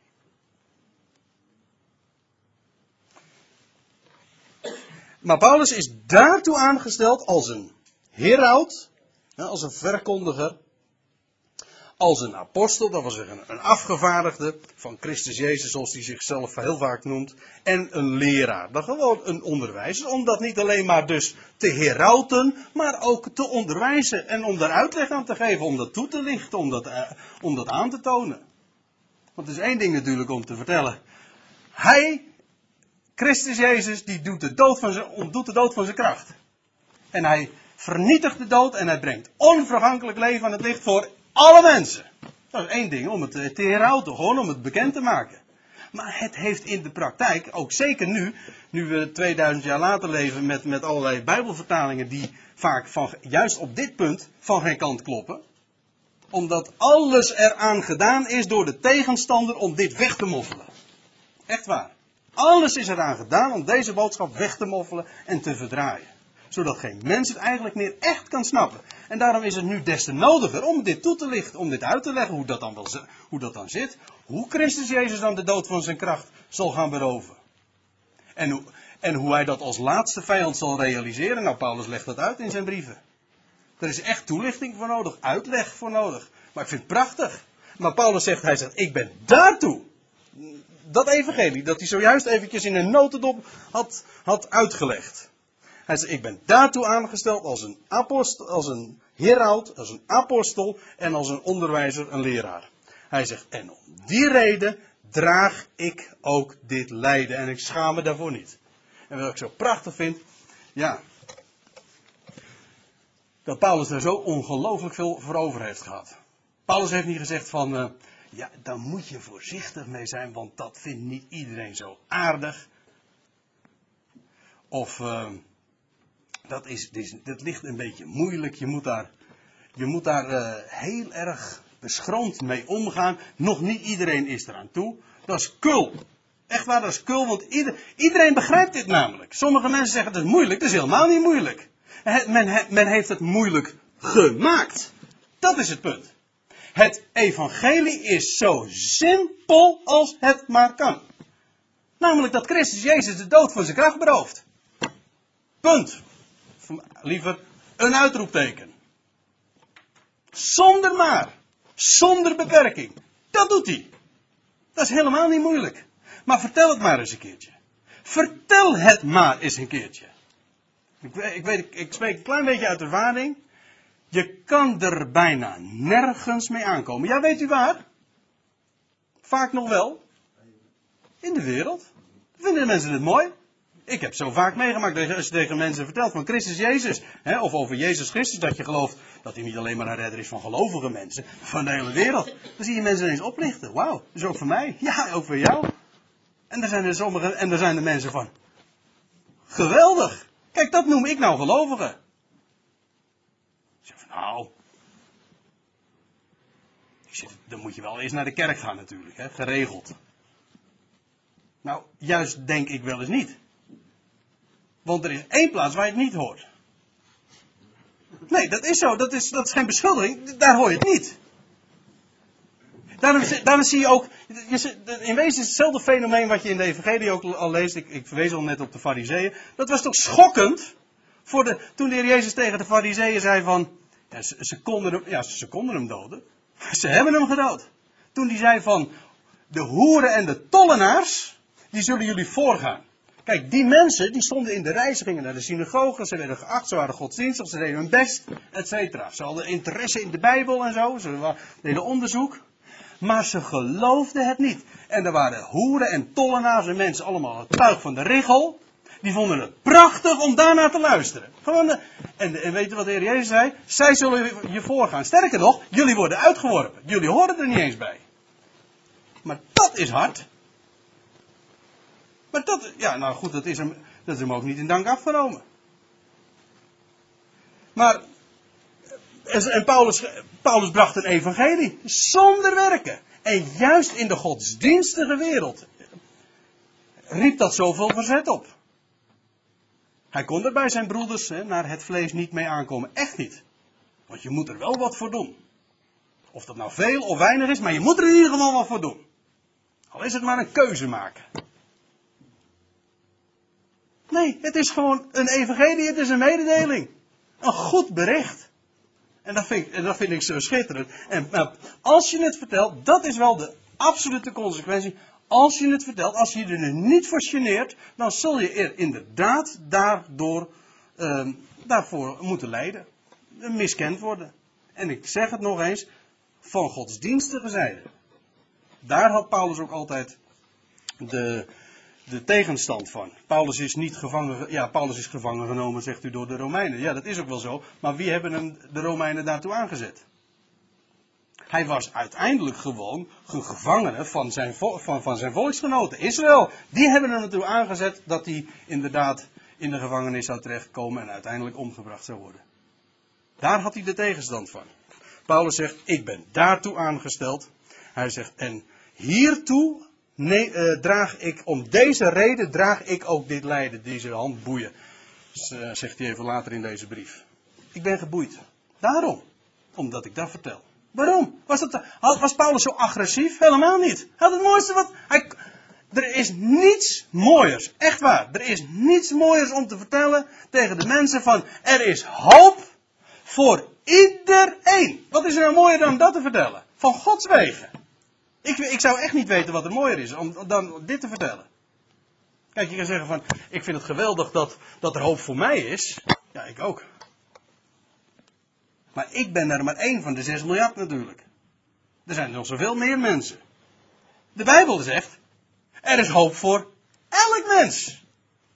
Maar Paulus is daartoe aangesteld als een heraut, als een verkondiger, als een apostel, dat wil zeggen een afgevaardigde van Christus Jezus, zoals hij zichzelf heel vaak noemt, en een leraar. Dat gewoon een onderwijzer, om dat niet alleen maar dus te herauten, maar ook te onderwijzen en om daar uitleg aan te geven, om dat toe te lichten, om dat, uh, om dat aan te tonen. Want het is één ding natuurlijk om te vertellen. Hij, Christus Jezus, die doet de dood van zijn, ontdoet de dood van zijn kracht. En hij vernietigt de dood en hij brengt onvergankelijk leven aan het licht voor alle mensen. Dat is één ding om het te herhouden, gewoon om het bekend te maken. Maar het heeft in de praktijk, ook zeker nu, nu we tweeduizend jaar later leven met, met allerlei bijbelvertalingen die vaak van, juist op dit punt van geen kant kloppen. Omdat alles eraan gedaan is door de tegenstander om dit weg te moffelen. Echt waar. Alles is eraan gedaan om deze boodschap weg te moffelen en te verdraaien. Zodat geen mens het eigenlijk meer echt kan snappen. En daarom is het nu des te nodiger om dit toe te lichten. Om dit uit te leggen hoe dat dan, wel, hoe dat dan zit. Hoe Christus Jezus dan de dood van zijn kracht zal gaan beroven. En hoe, en hoe hij dat als laatste vijand zal realiseren. Nou, Paulus legt dat uit in zijn brieven. Er is echt toelichting voor nodig. Uitleg voor nodig. Maar ik vind het prachtig. Maar Paulus zegt, hij zegt, ik ben daartoe. Dat evangelie, dat hij zojuist eventjes in een notendop had, had uitgelegd. Hij zegt, ik ben daartoe aangesteld als een apostel, als een heraut, als een apostel en als een onderwijzer, een leraar. Hij zegt, en om die reden draag ik ook dit lijden en ik schaam me daarvoor niet. En wat ik zo prachtig vind, ja, dat Paulus daar zo ongelooflijk veel voor over heeft gehad. Paulus heeft niet gezegd van, uh, ja, daar moet je voorzichtig mee zijn, want dat vindt niet iedereen zo aardig. Of, uh, dat, is, dat, is, dat ligt een beetje moeilijk, je moet daar, je moet daar uh, heel erg beschroomd mee omgaan. Nog niet iedereen is eraan toe. Dat is kul. Echt waar, dat is kul, want ieder, iedereen begrijpt dit namelijk. Sommige mensen zeggen, dat is moeilijk, dat is helemaal niet moeilijk. Men, men heeft het moeilijk gemaakt. Dat is het punt. Het evangelie is zo simpel als het maar kan. Namelijk dat Christus Jezus de dood van zijn kracht berooft. Punt. Liever een uitroepteken. Zonder maar. Zonder beperking. Dat doet hij. Dat is helemaal niet moeilijk. Maar vertel het maar eens een keertje. Vertel het maar eens een keertje. Ik weet, ik, weet, ik, ik spreek een klein beetje uit ervaring. Je kan er bijna nergens mee aankomen. Ja, weet u waar? Vaak nog wel. In de wereld. Vinden de mensen het mooi? Ik heb zo vaak meegemaakt als je tegen mensen vertelt van Christus Jezus. Hè, of over Jezus Christus. Dat je gelooft dat hij niet alleen maar een redder is van gelovige mensen. Maar van de hele wereld. Dan zie je mensen ineens oplichten. Wauw, dat is ook voor mij. Ja, ook voor jou. En daar zijn er sommige, en daar zijn de mensen van. Geweldig. Kijk, dat noem ik nou gelovigen. Nou, ik zeg, dan moet je wel eerst naar de kerk gaan natuurlijk, hè, geregeld. Nou, juist denk ik wel eens niet. Want er is één plaats waar je het niet hoort. Nee, dat is zo, dat is, dat is geen beschuldiging, daar hoor je het niet. Daarom, daarom zie je ook, in wezen is hetzelfde fenomeen wat je in de evangelie ook al leest, ik, ik verwees al net op de Farizeeën. Dat was toch schokkend, voor de, toen de Heer Jezus tegen de Farizeeën zei van, ja, ze, ze, konden hem, ja, ze konden hem doden. Ze hebben hem gedood. Toen hij zei van, de hoeren en de tollenaars, die zullen jullie voorgaan. Kijk, die mensen, die stonden in de rij, ze gingen naar de synagoge, ze werden geacht, ze waren godsdienstig, ze deden hun best, et cetera. Ze hadden interesse in de Bijbel en zo, ze deden onderzoek. Maar ze geloofden het niet. En er waren hoeren en tollenaars en mensen allemaal het tuig van de richel. Die vonden het prachtig om daarnaar te luisteren. Gewoon de, en, en weet je wat de Heer Jezus zei? Zij zullen je voorgaan. Sterker nog, jullie worden uitgeworpen. Jullie horen er niet eens bij. Maar dat is hard. Maar dat, ja nou goed, dat is hem, dat is hem ook niet in dank afgenomen. Maar, en Paulus, Paulus bracht een evangelie. Zonder werken. En juist in de godsdienstige wereld riep dat zoveel verzet op. Hij kon er bij zijn broeders hè, naar het vlees niet mee aankomen. Echt niet. Want je moet er wel wat voor doen. Of dat nou veel of weinig is, maar je moet er in ieder geval wat voor doen. Al is het maar een keuze maken. Nee, het is gewoon een evangelie, het is een mededeling. Een goed bericht. En dat vind ik, en dat vind ik zo schitterend. En nou, als je het vertelt, dat is wel de absolute consequentie. Als je het vertelt, als je er niet voor geneert, dan zul je er inderdaad daardoor, uh, daarvoor moeten lijden. Miskend worden. En ik zeg het nog eens, van godsdienstige zijde. Daar had Paulus ook altijd de, de tegenstand van. Paulus is niet gevangen, ja, Paulus is gevangen genomen, zegt u, door de Romeinen. Ja, dat is ook wel zo. Maar wie hebben hem de Romeinen daartoe aangezet? Hij was uiteindelijk gewoon een gevangene van zijn, vo- van, van zijn volksgenoten, Israël. Die hebben er naartoe aangezet dat hij inderdaad in de gevangenis zou terechtkomen en uiteindelijk omgebracht zou worden. Daar had hij de tegenstand van. Paulus zegt, ik ben daartoe aangesteld. Hij zegt, en hiertoe nee, uh, draag ik, om deze reden draag ik ook dit lijden, deze handboeien. Dus, uh, zegt hij even later in deze brief. Ik ben geboeid. Daarom. Omdat ik dat vertel. Waarom? Was, dat, was Paulus zo agressief? Helemaal niet. Hij had het mooiste wat... Hij, er is niets mooiers. Echt waar. Er is niets mooiers om te vertellen tegen de mensen van... Er is hoop voor iedereen. Wat is er nou mooier dan dat te vertellen? Van Gods wegen. Ik, ik zou echt niet weten wat er mooier is om dan dit te vertellen. Kijk, je kan zeggen van... Ik vind het geweldig dat, dat er hoop voor mij is. Ja, ik ook. Maar ik ben er maar één van de zes miljard natuurlijk. Er zijn nog zoveel meer mensen. De Bijbel zegt, er is hoop voor elk mens.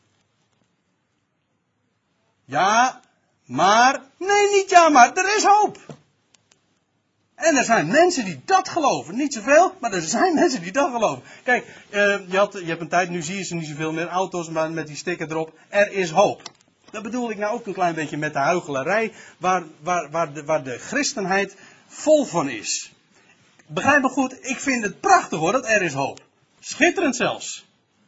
Ja, maar, nee niet ja maar, er is hoop. En er zijn mensen die dat geloven. Niet zoveel, maar er zijn mensen die dat geloven. Kijk, uh, je, had, je hebt een tijd, nu zie je ze niet zoveel meer auto's, maar met die sticker erop, er is hoop. Dat bedoel ik nou ook een klein beetje met de huichelarij, waar, waar, waar, de, waar de christenheid vol van is. Begrijp me goed, ik vind het prachtig hoor, dat er is hoop. Schitterend zelfs.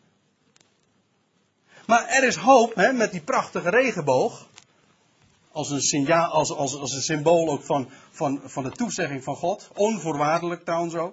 Maar er is hoop, hè, met die prachtige regenboog, als een, signaal, als, als, als een symbool ook van, van, van de toezegging van God, onvoorwaardelijk trouwens ook.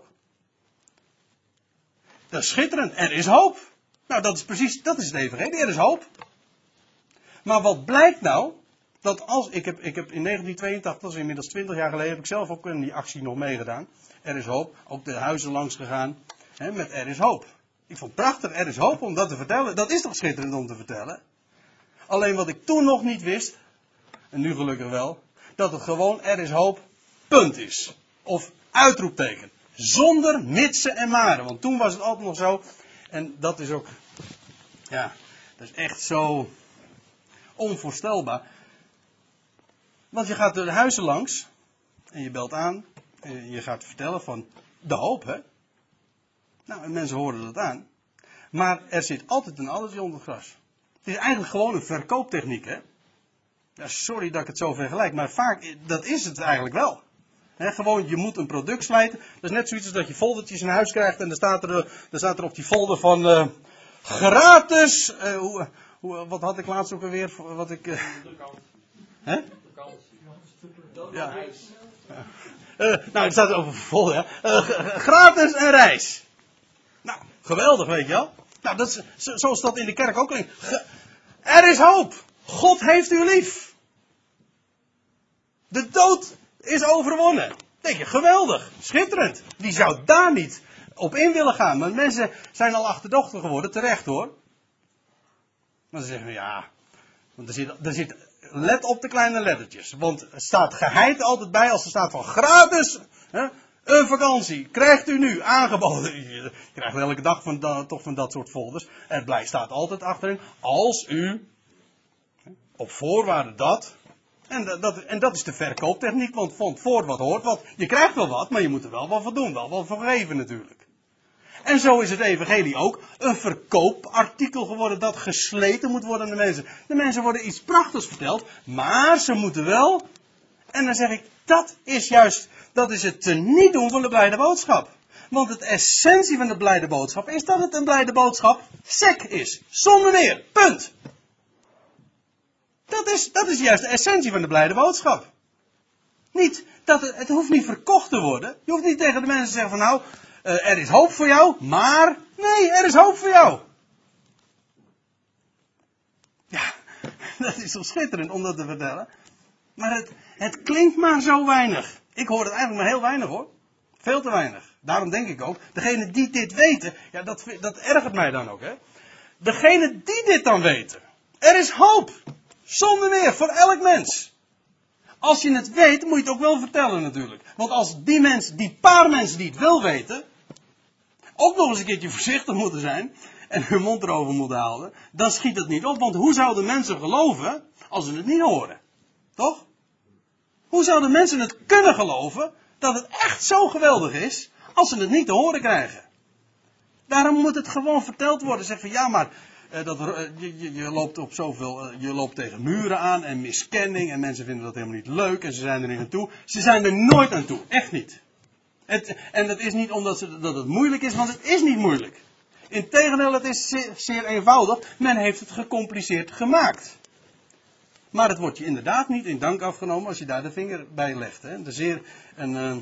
Dat is schitterend, er is hoop. Nou, dat is precies, dat is het evangelie, er is hoop. Maar wat blijkt nou, dat als, ik heb, ik heb in negentien tweeëntachtig, dat is inmiddels twintig jaar geleden, heb ik zelf ook in die actie nog meegedaan. Er is hoop, ook de huizen langs gegaan, hè, met er is hoop. Ik vond het prachtig, er is hoop om dat te vertellen. Dat is toch schitterend om te vertellen? Alleen wat ik toen nog niet wist, en nu gelukkig wel, dat het gewoon er is hoop, punt is. Of uitroepteken. Zonder mitsen en maren, want toen was het altijd nog zo, en dat is ook, ja, dat is echt zo... onvoorstelbaar. Want je gaat de huizen langs. En je belt aan. En je gaat vertellen van de hoop, hè. Nou, en mensen horen dat aan. Maar er zit altijd een addertje onder het gras. Het is eigenlijk gewoon een verkooptechniek, hè. Ja, sorry dat ik het zo vergelijk. Maar vaak, dat is het eigenlijk wel. He, gewoon, je moet een product slijten. Dat is net zoiets als dat je foldertjes in huis krijgt. En dan staat er, dan staat er op die folder van... Uh, gratis... Uh, hoe, Hoe, wat had ik laatst ook alweer? Wat ik. Uh... Hè? Ja. Uh, nou, er staat over vol, ja. Uh, gratis een reis. Nou, geweldig, weet je wel. Nou, dat is, zo, zoals dat in de kerk ook klinkt. Ge- er is hoop. God heeft u lief. De dood is overwonnen. Denk je, geweldig, schitterend. Wie zou daar niet op in willen gaan? Maar mensen zijn al achterdochtig geworden, terecht hoor. Maar ze zeggen, ja, want er zit, er zit, let op de kleine lettertjes. Want er staat geheid altijd bij als er staat van gratis, hè, een vakantie, krijgt u nu aangeboden. Je krijgt elke dag van, da, toch van dat soort folders. Er blijft, staat altijd achterin, als u, hè, op voorwaarde dat. En dat, dat, en dat is de verkooptechniek, want van voor wat hoort wat. Je krijgt wel wat, maar je moet er wel wat voor doen, wel wat voor geven natuurlijk. En zo is het evangelie ook een verkoopartikel geworden dat gesleten moet worden aan de mensen. De mensen worden iets prachtigs verteld, maar ze moeten wel. En dan zeg ik, dat is juist, dat is het teniet doen van de blijde boodschap. Want het essentie van de blijde boodschap is dat het een blijde boodschap sec is. Zonder meer, punt. Dat is, dat is juist de essentie van de blijde boodschap. Niet, dat het, het hoeft niet verkocht te worden. Je hoeft niet tegen de mensen te zeggen van nou... Uh, er is hoop voor jou, maar... Nee, er is hoop voor jou. Ja, dat is toch schitterend om dat te vertellen. Maar het, het klinkt maar zo weinig. Ik hoor het eigenlijk maar heel weinig hoor. Veel te weinig. Daarom denk ik ook, degenen die dit weten... Ja, dat, dat ergert mij dan ook, hè. Degenen die dit dan weten. Er is hoop. Zonder meer, voor elk mens. Als je het weet, moet je het ook wel vertellen natuurlijk. Want als die mensen, die paar mensen die het wel weten... ook nog eens een keertje voorzichtig moeten zijn... en hun mond erover moeten houden... dan schiet het niet op. Want hoe zouden mensen geloven als ze het niet horen? Toch? Hoe zouden mensen het kunnen geloven... dat het echt zo geweldig is, als ze het niet te horen krijgen. Daarom moet het gewoon verteld worden. Zeg van ja, maar uh, dat, uh, je, je, je loopt op zoveel, uh, je loopt tegen muren aan en miskenning en mensen vinden dat helemaal niet leuk en ze zijn er niet aan toe. Ze zijn er nooit aan toe, echt niet. Het, en dat is niet omdat ze, dat het moeilijk is, want het is niet moeilijk. Integendeel, het is zeer, zeer eenvoudig. Men heeft het gecompliceerd gemaakt. Maar het wordt je inderdaad niet in dank afgenomen als je daar de vinger bij legt. Hè. De, zeer, een, uh,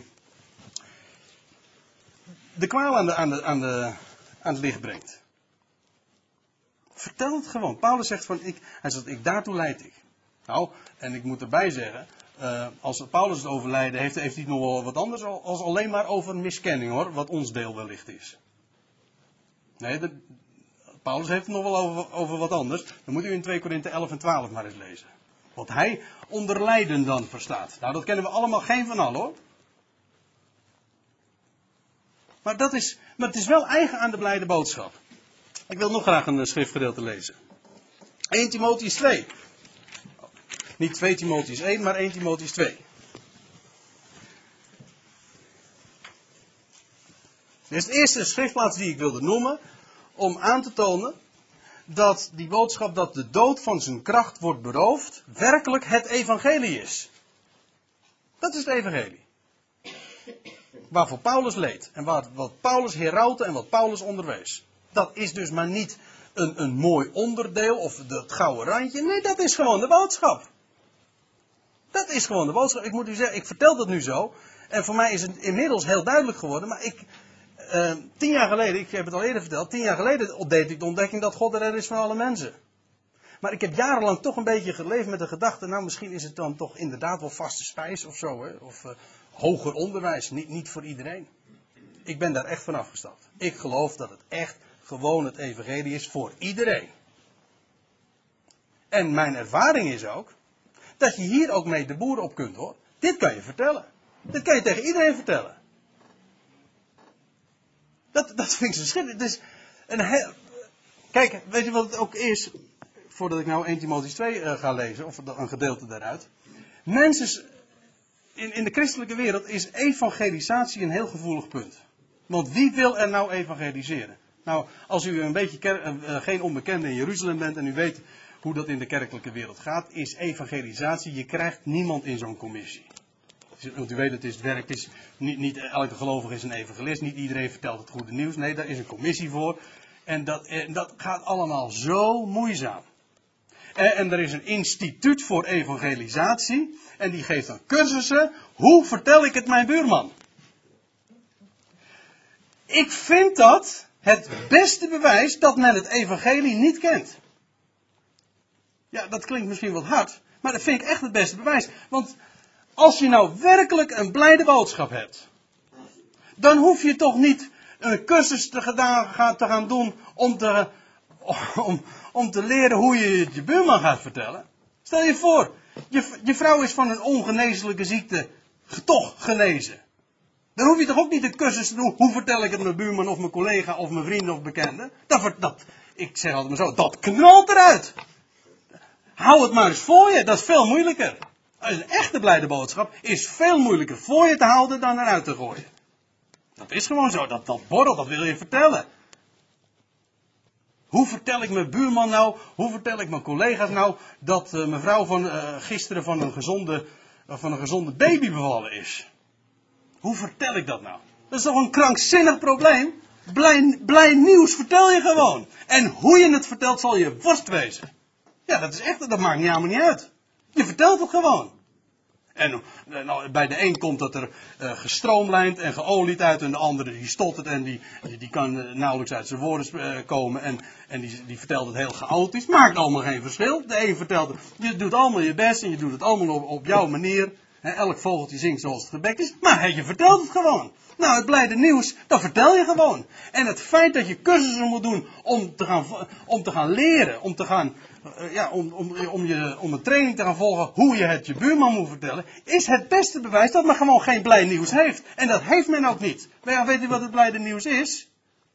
de kwaal aan, de, aan, de, aan, de, aan het licht brengt. Vertel het gewoon. Paulus zegt van, ik, hij zegt, ik, daartoe leid ik. Nou, en ik moet erbij zeggen, uh, als Paulus het overlijden heeft, heeft hij het nog wel wat anders als alleen maar over miskenning hoor, wat ons deel wellicht is. Nee, de, Paulus heeft het nog wel over, over wat anders. Dan moet u in twee Korinthe elf en twaalf maar eens lezen. Wat hij onder lijden dan verstaat. Nou, dat kennen we allemaal geen van allen hoor. Maar, dat is, maar het is wel eigen aan de blijde boodschap. Ik wil nog graag een schriftgedeelte lezen. Eerste Timotheüs twee. Niet twee Timotheüs één, maar Eerste Timotheüs twee. Dit is de eerste schriftplaats die ik wilde noemen. Om aan te tonen dat die boodschap dat de dood van zijn kracht wordt beroofd, werkelijk het evangelie is. Dat is het evangelie. Waarvoor Paulus leed. En wat, wat Paulus herauwde en wat Paulus onderwees. Dat is dus maar niet een, een mooi onderdeel of de, het gouden randje. Nee, dat is gewoon de boodschap. Dat is gewoon de boodschap. Ik moet u zeggen, ik vertel dat nu zo. En voor mij is het inmiddels heel duidelijk geworden. Maar ik, uh, tien jaar geleden, ik heb het al eerder verteld. Tien jaar geleden deed ik de ontdekking dat God er is van alle mensen. Maar ik heb jarenlang toch een beetje geleefd met de gedachte. Nou, misschien is het dan toch inderdaad wel vaste spijs of zo. Hè? Of uh, hoger onderwijs. Niet, niet voor iedereen. Ik ben daar echt van afgestapt. Ik geloof dat het echt gewoon het evangelie is voor iedereen. En mijn ervaring is ook dat je hier ook mee de boeren op kunt hoor. Dit kan je vertellen. Dit kan je tegen iedereen vertellen. Dat, dat vind ik zo schitterend. Dus een heel... Kijk, weet je wat het ook is? Voordat ik nou Eerste Timotheüs twee uh, ga lezen, of een gedeelte daaruit. Mensen, in, in de christelijke wereld is evangelisatie een heel gevoelig punt. Want wie wil er nou evangeliseren? Nou, als u een beetje ker- uh, geen onbekende in Jeruzalem bent en u weet hoe dat in de kerkelijke wereld gaat, is evangelisatie, je krijgt niemand in zo'n commissie. Want u weet, het is het werk, het is niet, niet elke gelovige is een evangelist, niet iedereen vertelt het goede nieuws. Nee, daar is een commissie voor. En dat, en dat gaat allemaal zo moeizaam. En, en er is een instituut voor evangelisatie. En die geeft dan cursussen. Hoe vertel ik het mijn buurman? Ik vind dat het beste bewijs dat men het evangelie niet kent. Ja, dat klinkt misschien wat hard. Maar dat vind ik echt het beste bewijs. Want als je nou werkelijk een blijde boodschap hebt. Dan hoef je toch niet een cursus te, gedaan, te gaan doen om te, om, om te leren hoe je het je buurman gaat vertellen. Stel je voor, je, je vrouw is van een ongeneeslijke ziekte toch genezen. Dan hoef je toch ook niet een cursus te doen, hoe vertel ik het mijn buurman of mijn collega of mijn vrienden of bekenden. Dat, dat, ik zeg altijd maar zo, dat knalt eruit. Hou het maar eens voor je, dat is veel moeilijker. Een echte blijde boodschap is veel moeilijker voor je te houden dan eruit te gooien. Dat is gewoon zo, dat, dat borrel, dat wil je vertellen. Hoe vertel ik mijn buurman nou, hoe vertel ik mijn collega's nou, dat uh, mevrouw van uh, gisteren van een, gezonde, uh, van een gezonde baby bevallen is? Hoe vertel ik dat nou? Dat is toch een krankzinnig probleem? Blij, blij nieuws vertel je gewoon. En hoe je het vertelt zal je worst wezen. Ja, dat is echt, dat maakt niet helemaal niet uit. Je vertelt het gewoon. En nou, bij de een komt dat er uh, gestroomlijnd en geolied uit. En de andere die stottert en die, die, die kan uh, nauwelijks uit zijn woorden uh, komen. En, en die, die vertelt het heel chaotisch. Maakt allemaal geen verschil. De een vertelt het. Je doet allemaal je best en je doet het allemaal op, op jouw manier. He, elk vogeltje zingt zoals het gebekt is. Maar he, je vertelt het gewoon. Nou, het blijde nieuws, dat vertel je gewoon. En het feit dat je cursussen moet doen om te gaan, om te gaan leren. Om te gaan... Uh, ja, om, om, om, je, om een training te gaan volgen hoe je het je buurman moet vertellen, is het beste bewijs dat men gewoon geen blij nieuws heeft. En dat heeft men ook niet. Maar ja, weet u wat het blijde nieuws is?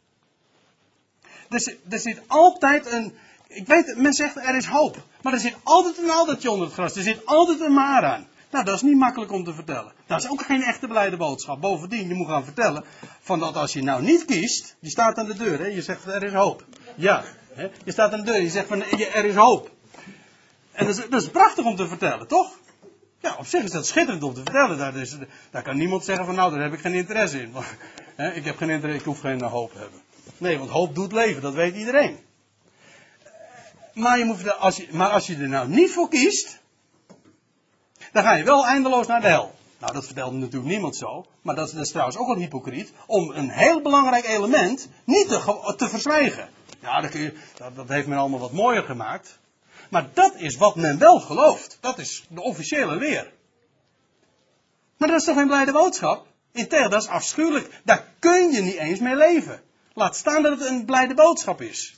Er, er zit altijd een, ik weet, men zegt er is hoop. Maar er zit altijd een aldertje onder het gras. Er zit altijd een maar aan. Nou, dat is niet makkelijk om te vertellen. Dat is ook geen echte blijde boodschap. Bovendien, je moet gaan vertellen van dat als je nou niet kiest, je staat aan de deur, hè, je zegt er is hoop. Ja, hè, je staat aan de deur, je zegt van er is hoop. En dat is, dat is prachtig om te vertellen, toch? Ja, op zich is dat schitterend om te vertellen. Daar, is, daar kan niemand zeggen van nou, daar heb ik geen interesse in. Want, hè, ik heb geen interesse, ik hoef geen hoop te hebben. Nee, want hoop doet leven, dat weet iedereen. Maar, je moet, als je, maar als je er nou niet voor kiest, dan ga je wel eindeloos naar de hel. Nou, dat vertelt natuurlijk niemand zo. Maar dat, dat is trouwens ook wel hypocriet. Om een heel belangrijk element niet te, te verzwijgen. Ja, dat, kun je, dat, dat heeft men allemaal wat mooier gemaakt. Maar dat is wat men wel gelooft. Dat is de officiële leer. Maar dat is toch geen blijde boodschap? Integendeel, dat is afschuwelijk. Daar kun je niet eens mee leven. Laat staan dat het een blijde boodschap is.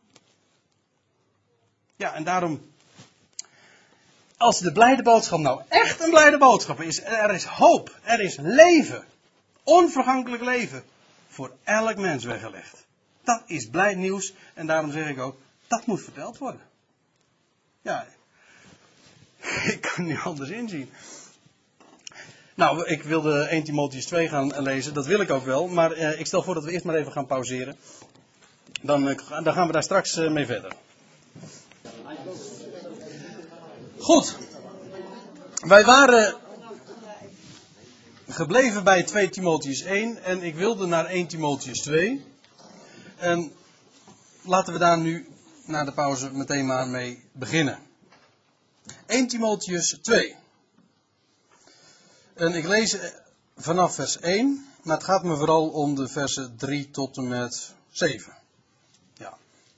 Ja, en daarom, als de blijde boodschap nou echt een blijde boodschap is, er is hoop, er is leven, onvergankelijk leven, voor elk mens weggelegd. Dat is blij nieuws en daarom zeg ik ook, dat moet verteld worden. Ja, ik kan het niet anders inzien. Nou, ik wilde Eerste Timotheüs twee gaan lezen, dat wil ik ook wel, maar eh, ik stel voor dat we eerst maar even gaan pauzeren. Dan, eh, dan gaan we daar straks eh, mee verder. Goed, wij waren gebleven bij Tweede Timotheüs één en ik wilde naar Eerste Timotheüs twee. En laten we daar nu na de pauze meteen maar mee beginnen. Eerste Timotheüs twee. En ik lees vanaf vers één, maar het gaat me vooral om de versen drie tot en met zeven. Ja.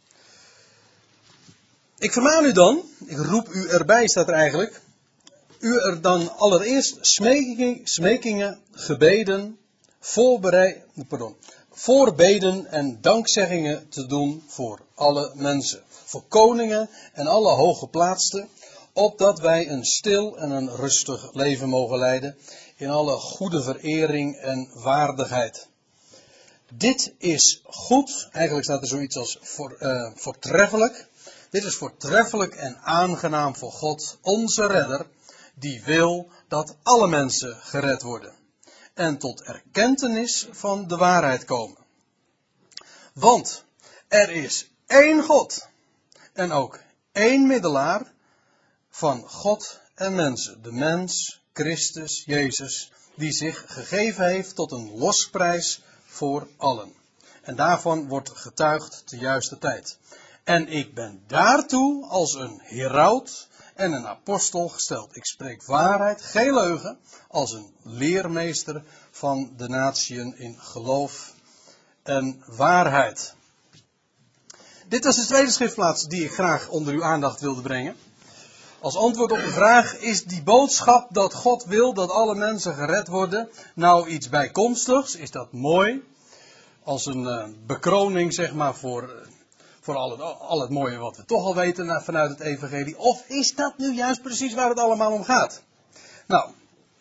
Ik vermaan u dan, ik roep u erbij staat er eigenlijk, u er dan allereerst smeking, smekingen, gebeden, voorbereid, pardon, voorbeden en dankzeggingen te doen voor alle mensen. Voor koningen en alle hooggeplaatsten, opdat wij een stil en een rustig leven mogen leiden in alle goede verering en waardigheid. Dit is goed, eigenlijk staat er zoiets als voor, uh, voortreffelijk. Dit is voortreffelijk en aangenaam voor God, onze redder, die wil dat alle mensen gered worden en tot erkentenis van de waarheid komen. Want er is één God en ook één middelaar van God en mensen, de mens, Christus, Jezus, die zich gegeven heeft tot een losprijs voor allen. En daarvan wordt getuigd de juiste tijd. En ik ben daartoe als een heraut en een apostel gesteld. Ik spreek waarheid, geen leugen, als een leermeester van de natieën in geloof en waarheid. Dit was de tweede schriftplaats die ik graag onder uw aandacht wilde brengen. Als antwoord op de vraag, is die boodschap dat God wil dat alle mensen gered worden nou iets bijkomstigs? Is dat mooi? Als een uh, bekroning zeg maar voor, uh, voor al, het, al het mooie wat we toch al weten uh, vanuit het evangelie? Of is dat nu juist precies waar het allemaal om gaat? Nou,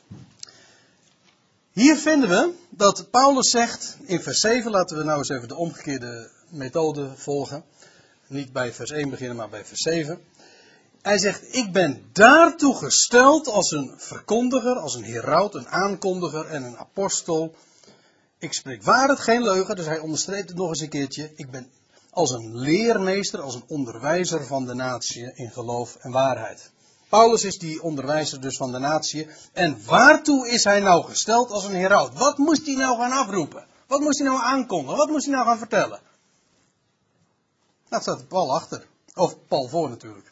hier vinden we dat Paulus zegt in vers zeven, laten we nou eens even de omgekeerde methode volgen. Niet bij vers één beginnen, maar bij vers zeven. Hij zegt, ik ben daartoe gesteld als een verkondiger, als een heraut, een aankondiger en een apostel. Ik spreek waarheid, geen leugen, dus hij onderstreept het nog eens een keertje. Ik ben als een leermeester, als een onderwijzer van de natie in geloof en waarheid. Paulus is die onderwijzer dus van de natie. En waartoe is hij nou gesteld als een heraut? Wat moest hij nou gaan afroepen? Wat moest hij nou aankondigen? Wat moest hij nou gaan vertellen? Dat staat Paul achter. Of Paul voor natuurlijk.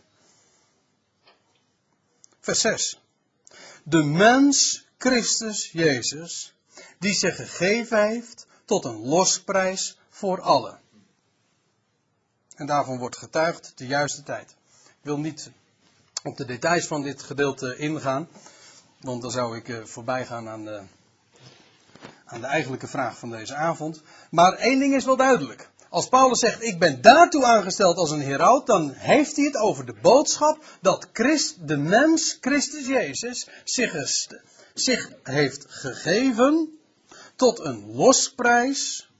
Vers zes. De mens Christus Jezus, die zich gegeven heeft tot een losprijs voor allen. En daarvan wordt getuigd de juiste tijd. Ik wil niet op de details van dit gedeelte ingaan, want dan zou ik uh, voorbij gaan aan de, aan de eigenlijke vraag van deze avond. Maar één ding is wel duidelijk. Als Paulus zegt, ik ben daartoe aangesteld als een heraut, dan heeft hij het over de boodschap dat Christ, de mens, Christus Jezus, zich, zich heeft gegeven tot een losprijs,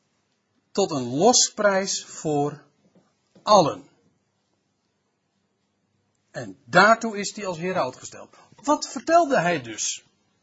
tot een losprijs voor allen. En daartoe is hij als Heer uitgesteld. Wat vertelde hij dus?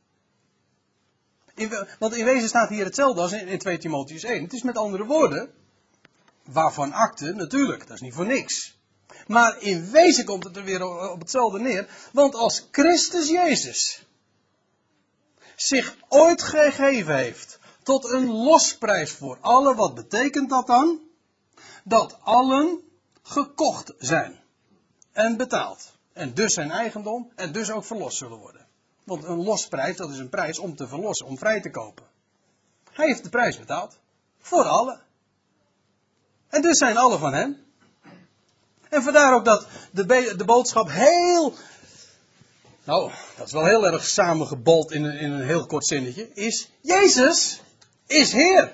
In, want in wezen staat hier hetzelfde als in, in twee Timotheüs één. Het is met andere woorden, waarvan akte, natuurlijk, dat is niet voor niks. Maar in wezen komt het er weer op, op hetzelfde neer. Want als Christus Jezus zich ooit gegeven heeft tot een losprijs voor allen, wat betekent dat dan? Dat allen gekocht zijn en betaald. En dus zijn eigendom en dus ook verlost zullen worden. Want een losprijs, dat is een prijs om te verlossen, om vrij te kopen. Hij heeft de prijs betaald. Voor allen. En dus zijn allen van hem. En vandaar ook dat de, be- de boodschap heel... Nou, dat is wel heel erg samengebold in een, in een heel kort zinnetje. Is, Jezus is Heer.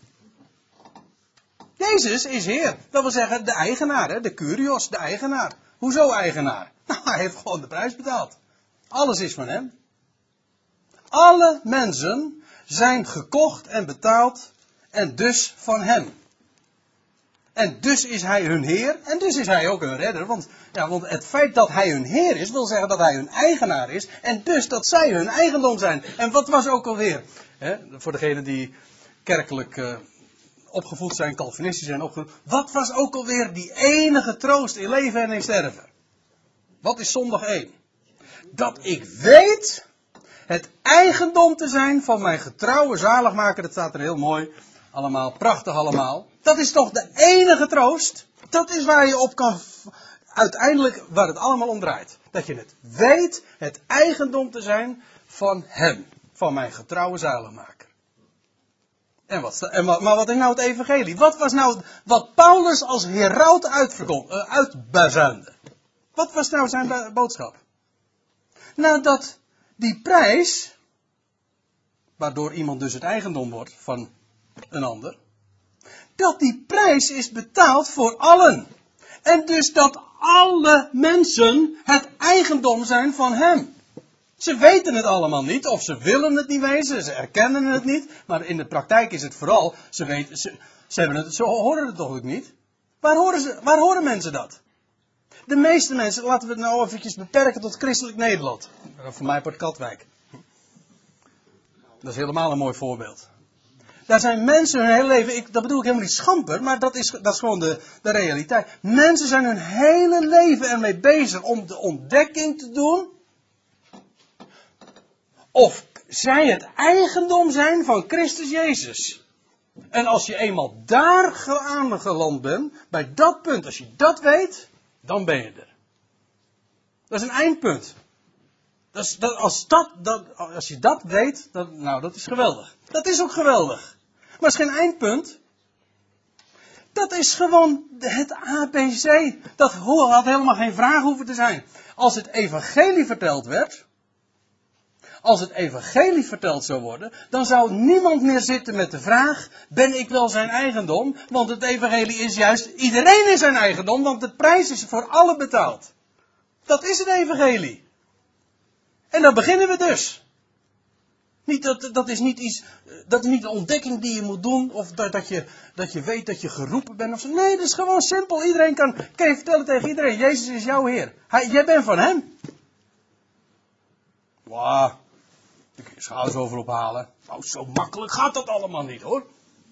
Jezus is Heer. Dat wil zeggen, de eigenaar, hè? De Kyrios, de eigenaar. Hoezo eigenaar? Nou, hij heeft gewoon de prijs betaald. Alles is van hem. Alle mensen zijn gekocht en betaald en dus van hem. En dus is hij hun Heer en dus is hij ook hun redder. Want, ja, want het feit dat hij hun Heer is, wil zeggen dat hij hun eigenaar is. En dus dat zij hun eigendom zijn. En wat was ook alweer, hè, voor degenen die kerkelijk uh, opgevoed zijn, Calvinistisch zijn opgevoed. Wat was ook alweer die enige troost in leven en in sterven? Wat is zondag één? Dat ik weet het eigendom te zijn van mijn getrouwe zaligmaker. Dat staat er heel mooi. Allemaal, prachtig allemaal. Dat is toch de enige troost? Dat is waar je op kan, uiteindelijk waar het allemaal om draait. Dat je het weet het eigendom te zijn van hem. Van mijn getrouwe zaligmaker. En wat, en wat, maar wat is nou het evangelie? Wat was nou wat Paulus als heraut uitverkon, uh, uitbazuinde? Wat was nou zijn boodschap? Nou, dat die prijs, waardoor iemand dus het eigendom wordt van een ander, dat die prijs is betaald voor allen. En dus dat alle mensen het eigendom zijn van hem. Ze weten het allemaal niet, of ze willen het niet weten, ze erkennen het niet, maar in de praktijk is het vooral, ze, weten, ze, ze, hebben het, ze horen het toch ook niet. Waar horen, ze, waar horen mensen dat? De meeste mensen, laten we het nou eventjes beperken tot christelijk Nederland. Voor mij Port Katwijk. Dat is helemaal een mooi voorbeeld. Daar zijn mensen hun hele leven, ik, dat bedoel ik helemaal niet schamper, maar dat is, dat is gewoon de, de realiteit. Mensen zijn hun hele leven ermee bezig om de ontdekking te doen of zij het eigendom zijn van Christus Jezus. En als je eenmaal daar aangeland bent, bij dat punt, als je dat weet, dan ben je er. Dat is een eindpunt. Dat is, dat, als, dat, dat, als je dat weet, dat, nou dat is geweldig. Dat is ook geweldig. Maar het is geen eindpunt. Dat is gewoon het A B C. Dat had helemaal geen vraag hoeven te zijn. Als het evangelie verteld werd, als het evangelie verteld zou worden, dan zou niemand meer zitten met de vraag, ben ik wel zijn eigendom? Want het evangelie is juist, iedereen is zijn eigendom, want de prijs is voor allen betaald. Dat is het evangelie. En dan beginnen we dus. Niet dat, dat is niet iets, dat is niet een ontdekking die je moet doen, of dat, dat, je, dat je weet dat je geroepen bent of zo. Nee, dat is gewoon simpel. Iedereen kan, kan je vertellen tegen iedereen, Jezus is jouw Heer. Hij, jij bent van hem. Wauw, daar kun je schouders over ophalen. Nou, zo makkelijk gaat dat allemaal niet hoor.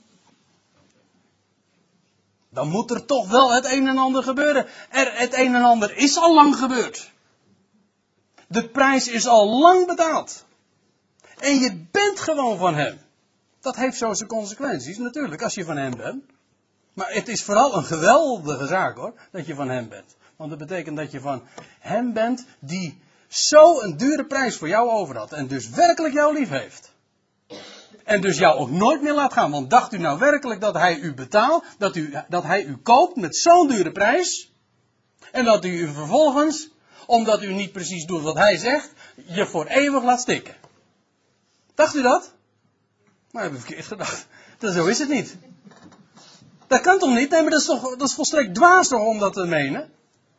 Dan moet er toch wel het een en ander gebeuren. Er, het een en ander is al lang gebeurd. De prijs is al lang betaald. En je bent gewoon van hem. Dat heeft zo zijn consequenties natuurlijk, als je van hem bent. Maar het is vooral een geweldige zaak hoor, dat je van hem bent. Want dat betekent dat je van hem bent die zo een dure prijs voor jou over had. En dus werkelijk jou lief heeft. En dus jou ook nooit meer laat gaan. Want dacht u nou werkelijk dat hij u betaalt, dat, u, dat hij u koopt met zo'n dure prijs. En dat u u vervolgens, omdat u niet precies doet wat hij zegt, je voor eeuwig laat stikken. Dacht u dat? Nou, heb ik verkeerd gedacht. Dat, zo is het niet. Dat kan toch niet? Nee, maar dat is toch dat is volstrekt dwaas toch om dat te menen?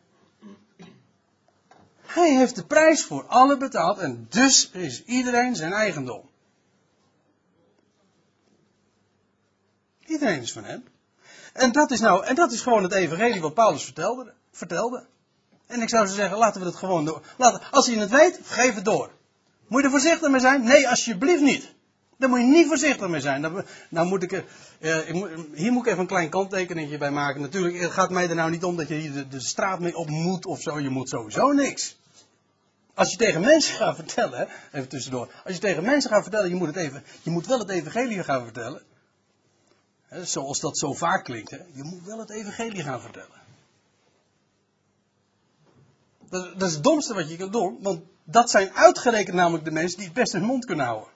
Hij heeft de prijs voor allen betaald en dus is iedereen zijn eigendom. Iedereen is van hem. En dat is nou, en dat is gewoon het evangelie wat Paulus vertelde. vertelde. En ik zou ze zeggen, laten we het gewoon doen. Laten, als je het weet, geef het door. Moet je er voorzichtig mee zijn? Nee, alsjeblieft niet. Daar moet je niet voorzichtig mee zijn. Dan, nou moet ik, uh, ik moet, hier moet ik even een klein kanttekeningetje bij maken. Natuurlijk, het gaat mij er nou niet om dat je hier de, de straat mee op moet of zo. Je moet sowieso niks. Als je tegen mensen gaat vertellen, hè, even tussendoor. Als je tegen mensen gaat vertellen, je moet, het even, je moet wel het evangelie gaan vertellen. Hè, zoals dat zo vaak klinkt. Hè. Je moet wel het evangelie gaan vertellen. Dat, dat is het domste wat je kan doen. Want dat zijn uitgerekend namelijk de mensen die het best hun mond kunnen houden.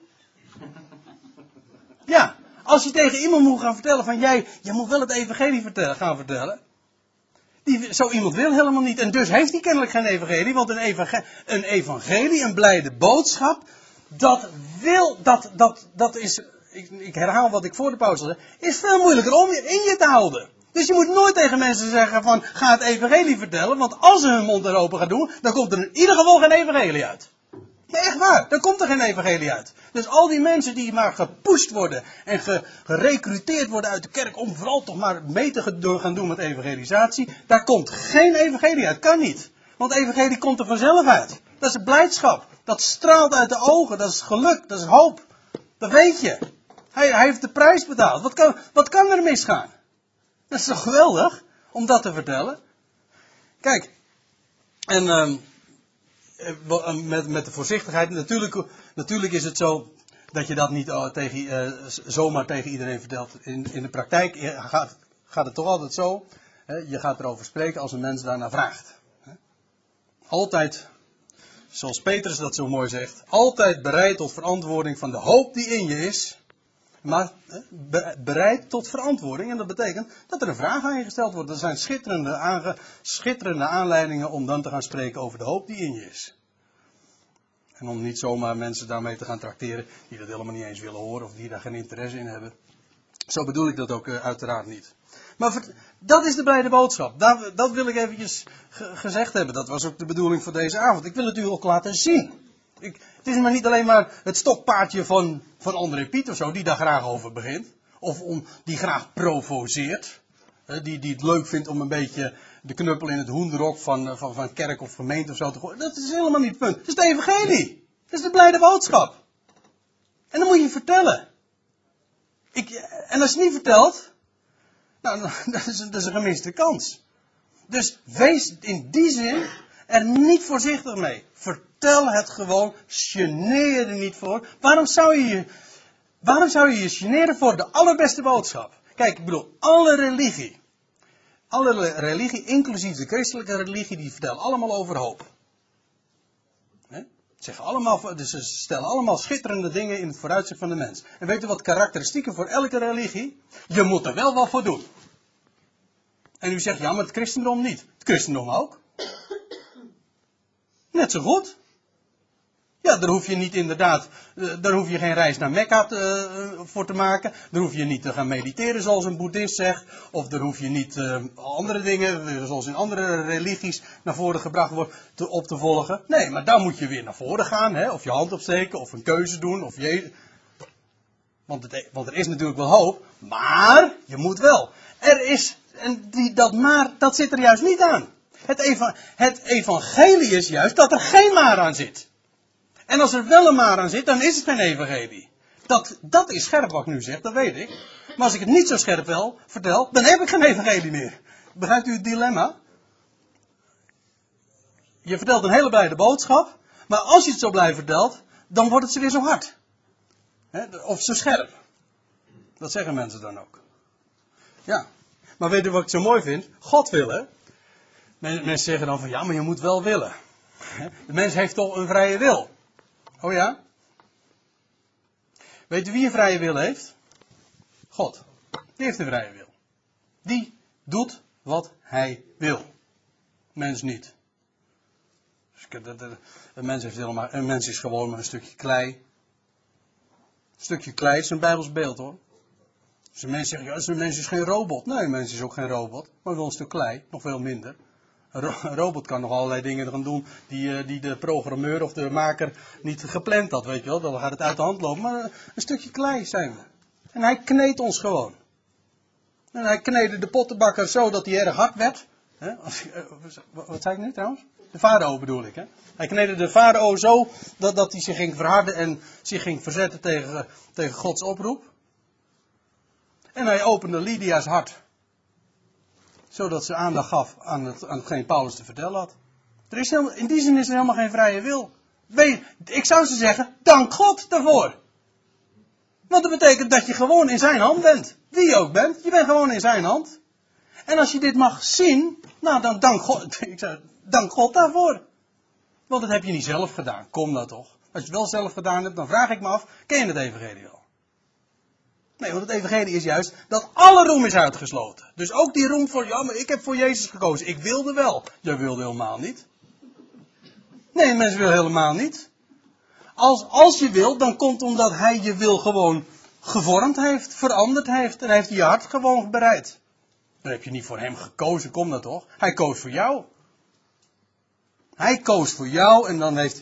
Ja, als je tegen iemand moet gaan vertellen van jij, jij moet wel het evangelie vertellen, gaan vertellen. Die, zo iemand wil helemaal niet. En dus heeft hij kennelijk geen evangelie. Want een evangelie, een, evangelie, een blijde boodschap, dat wil, dat, dat, dat is, ik, ik herhaal wat ik voor de pauze zei, is veel moeilijker om je in je te houden. Dus je moet nooit tegen mensen zeggen van, ga het evangelie vertellen. Want als ze hun mond eropen gaan doen, dan komt er in ieder geval geen evangelie uit. Ja, echt waar. Dan komt er geen evangelie uit. Dus al die mensen die maar gepusht worden en ge, gerecruiteerd worden uit de kerk om vooral toch maar mee te gaan doen met evangelisatie, daar komt geen evangelie uit. Kan niet. Want evangelie komt er vanzelf uit. Dat is blijdschap. Dat straalt uit de ogen. Dat is geluk. Dat is hoop. Dat weet je. Hij, hij heeft de prijs betaald. Wat kan, wat kan er misgaan? Dat is toch geweldig om dat te vertellen? Kijk. En... Um, Met, met de voorzichtigheid. Natuurlijk, natuurlijk is het zo dat je dat niet uh, tegen, uh, zomaar tegen iedereen vertelt. In, in de praktijk gaat, gaat het toch altijd zo. Hè, je gaat erover spreken als een mens daarnaar vraagt. Hè. Altijd, zoals Petrus dat zo mooi zegt. Altijd bereid tot verantwoording van de hoop die in je is. Maar hè, bereid tot verantwoording. En dat betekent dat er een vraag aan je gesteld wordt. Er zijn schitterende, aange, schitterende aanleidingen om dan te gaan spreken over de hoop die in je is. En om niet zomaar mensen daarmee te gaan trakteren die dat helemaal niet eens willen horen of die daar geen interesse in hebben. Zo bedoel ik dat ook uh, uiteraard niet. Maar voor, dat is de blijde boodschap. Dat, dat wil ik eventjes ge, gezegd hebben. Dat was ook de bedoeling voor deze avond. Ik wil het u ook laten zien. Ik, het is maar niet alleen maar het stokpaardje van, van André Piet of zo, die daar graag over begint. Of om, die graag provoceert. Uh, die, die het leuk vindt om een beetje de knuppel in het hoenderok van, van, van kerk of gemeente of zo te gooien. Dat is helemaal niet het punt. Het is de evangelie. Het is de blijde boodschap. En dan moet je vertellen. Ik, en als je het niet vertelt, nou, dat is, dat is een gemiste kans. Dus wees in die zin er niet voorzichtig mee. Vertel het gewoon, geneer je er niet voor. Waarom zou je je, waarom zou je je generen voor de allerbeste boodschap? Kijk, ik bedoel, alle religie, alle religie, inclusief de christelijke religie, die vertellen allemaal over hoop. He? Zeggen allemaal, dus ze stellen allemaal schitterende dingen in het vooruitzicht van de mens. En weet u wat karakteristieken voor elke religie? Je moet er wel wat voor doen. En u zegt, ja, maar het christendom niet. Het christendom ook. Net zo goed. Ja, daar hoef je niet inderdaad, daar hoef je geen reis naar Mekka te, uh, voor te maken. Daar hoef je niet te gaan mediteren zoals een boeddhist zegt. Of daar hoef je niet uh, andere dingen, zoals in andere religies, naar voren gebracht wordt, te, op te volgen. Nee, maar daar moet je weer naar voren gaan. Hè? Of je hand opsteken, of een keuze doen. Of je... want, het, want er is natuurlijk wel hoop, maar je moet wel. Er is, en die, dat maar, dat zit er juist niet aan. Het, eva, het evangelie is juist dat er geen maar aan zit. En als er wel een maar aan zit, dan is het geen evangelie. Dat, dat is scherp wat ik nu zeg, dat weet ik. Maar als ik het niet zo scherp wel vertel, dan heb ik geen evangelie meer. Begrijpt u het dilemma? Je vertelt een hele blijde boodschap, maar als je het zo blijft vertelt, dan wordt het ze weer zo hard. He, of zo scherp. Dat zeggen mensen dan ook. Ja, maar weet u wat ik zo mooi vind? God wil, hè? Mensen zeggen dan van, ja, maar je moet wel willen. De mens heeft toch een vrije wil. Oh ja? Weet u wie een vrije wil heeft? God. Die heeft een vrije wil. Die doet wat hij wil. Mens niet. Dus een mens heeft helemaal, een mens is gewoon maar een stukje klei. Een stukje klei is een Bijbels beeld hoor. Dus een mens zegt, ja, een mens is geen robot. Nee, een mens is ook geen robot. Maar wel een stuk klei, nog veel minder. Een, ro- een robot kan nog allerlei dingen gaan doen die, uh, die de programmeur of de maker niet gepland had, weet je wel. Dan gaat het uit de hand lopen. Maar een stukje klei zijn we. En hij kneedt ons gewoon. En hij kneedde de pottenbakker zo dat hij erg hard werd. Hè? Als, uh, wat zei ik nu trouwens? De farao bedoel ik. Hè? Hij kneedde de farao zo dat, dat hij zich ging verharden en zich ging verzetten tegen, tegen Gods oproep. En hij opende Lydia's hart. Zodat ze aandacht gaf aan, het, aan hetgeen Paulus te vertellen had. Er is helemaal, in die zin is er helemaal geen vrije wil. Weet, ik zou ze zeggen, dank God daarvoor. Want dat betekent dat je gewoon in zijn hand bent. Wie je ook bent, je bent gewoon in zijn hand. En als je dit mag zien, nou dan dank God, ik zeg, dank God daarvoor. Want dat heb je niet zelf gedaan. Kom nou toch. Als je het wel zelf gedaan hebt, dan vraag ik me af, ken je het evangelie wel? Nee, want het evangelie is juist dat alle roem is uitgesloten. Dus ook die roem voor, ja, maar ik heb voor Jezus gekozen. Ik wilde wel. Jij wilde helemaal niet. Nee, mensen willen helemaal niet. Als, als je wil, dan komt het omdat hij je wil gewoon gevormd heeft, veranderd heeft. En heeft hij je hart gewoon bereid. Dan heb je niet voor hem gekozen, kom dat toch? Hij koos voor jou. Hij koos voor jou en dan heeft...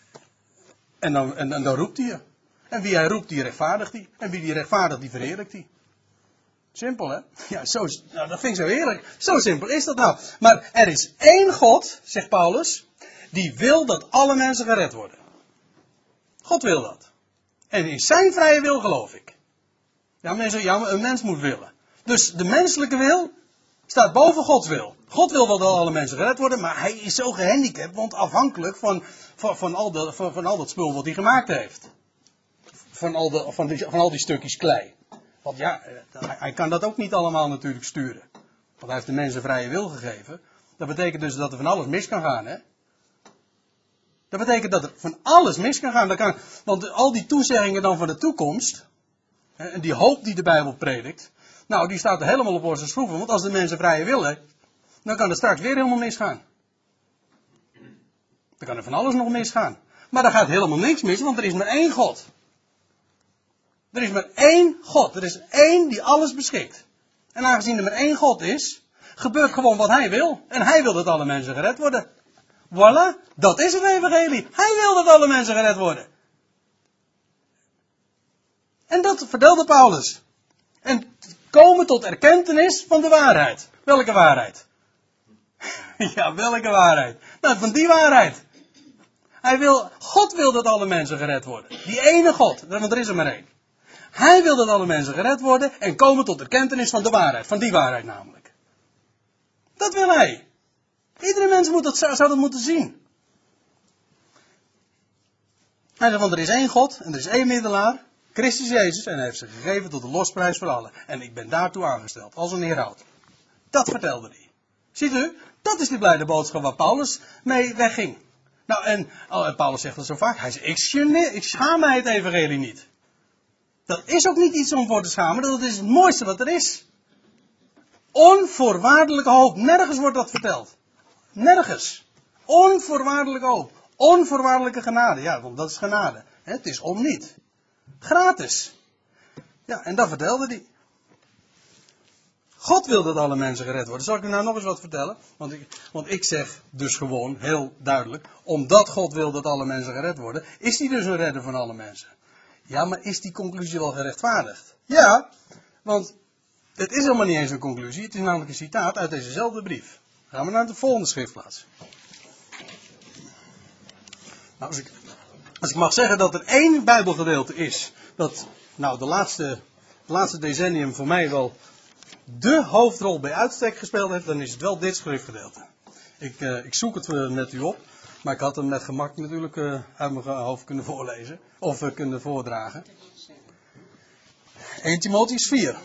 En dan, en, en dan roept hij je. En wie hij roept, die rechtvaardigt hij. En wie die rechtvaardigt, die verheerlijkt hij. Simpel, hè? Ja, zo, nou, dat vind ik zo heerlijk. Zo simpel is dat nou. Maar er is één God, zegt Paulus, die wil dat alle mensen gered worden. God wil dat. En in zijn vrije wil geloof ik. Ja, mensen, ja, maar een mens moet willen. Dus de menselijke wil staat boven Gods wil. God wil wel dat alle mensen gered worden, maar hij is zo gehandicapt, want afhankelijk van, van, van, al, de, van, van al dat spul wat hij gemaakt heeft. Van al, de, van, die, van al die stukjes klei. Want ja, hij, hij kan dat ook niet allemaal natuurlijk sturen. Want hij heeft de mensen vrije wil gegeven. Dat betekent dus dat er van alles mis kan gaan, hè. Dat betekent dat er van alles mis kan gaan. Dat kan, want al die toezeggingen dan van de toekomst, hè, en die hoop die de Bijbel predikt, nou, die staat er helemaal op onze schroeven. Want als de mensen vrije wil hebben, dan kan het straks weer helemaal misgaan. Dan kan er van alles nog misgaan. Maar er gaat helemaal niks mis, want er is maar één God. Er is maar één God. Er is één die alles beschikt. En aangezien er maar één God is, gebeurt gewoon wat hij wil. En hij wil dat alle mensen gered worden. Voilà, dat is het evangelie. Hij wil dat alle mensen gered worden. En dat vertelde Paulus. En komen tot erkentenis van de waarheid. Welke waarheid? Ja, welke waarheid? Nou, van die waarheid. Hij wil, God wil dat alle mensen gered worden. Die ene God, want er is er maar één. Hij wil dat alle mensen gered worden en komen tot erkentenis van de waarheid. Van die waarheid namelijk. Dat wil hij. Iedere mens moet dat, zou dat moeten zien. Hij zegt, want er is één God en er is één middelaar. Christus Jezus. En hij heeft zich gegeven tot de losprijs voor allen. En ik ben daartoe aangesteld. Als een heerhoud. Dat vertelde hij. Ziet u? Dat is die blijde boodschap waar Paulus mee wegging. Nou en oh, Paulus zegt dat zo vaak. Hij zegt, ik, gene, ik schaam mij het evangelie niet. Dat is ook niet iets om voor te schamen. Dat is het mooiste wat er is. Onvoorwaardelijke hoop. Nergens wordt dat verteld. Nergens. Onvoorwaardelijke hoop. Onvoorwaardelijke genade. Ja, want dat is genade. Het is om niet. Gratis. Ja, en dat vertelde hij. God wil dat alle mensen gered worden. Zal ik u nou nog eens wat vertellen? Want ik, want ik zeg dus gewoon heel duidelijk. Omdat God wil dat alle mensen gered worden, is hij dus een redder van alle mensen. Ja, maar is die conclusie wel gerechtvaardigd? Ja, want het is helemaal niet eens een conclusie. Het is namelijk een citaat uit dezezelfde brief. Gaan we naar de volgende schriftplaats. Nou, als ik, als ik mag zeggen dat er één Bijbelgedeelte is, dat nou de laatste, de laatste decennium voor mij wel de hoofdrol bij uitstek gespeeld heeft, dan is het wel dit schriftgedeelte. Ik, uh, ik zoek het uh, met u op, maar ik had hem met gemak natuurlijk uh, uit mijn hoofd kunnen voorlezen, of uh, kunnen voordragen. Eerste Timotheüs vier.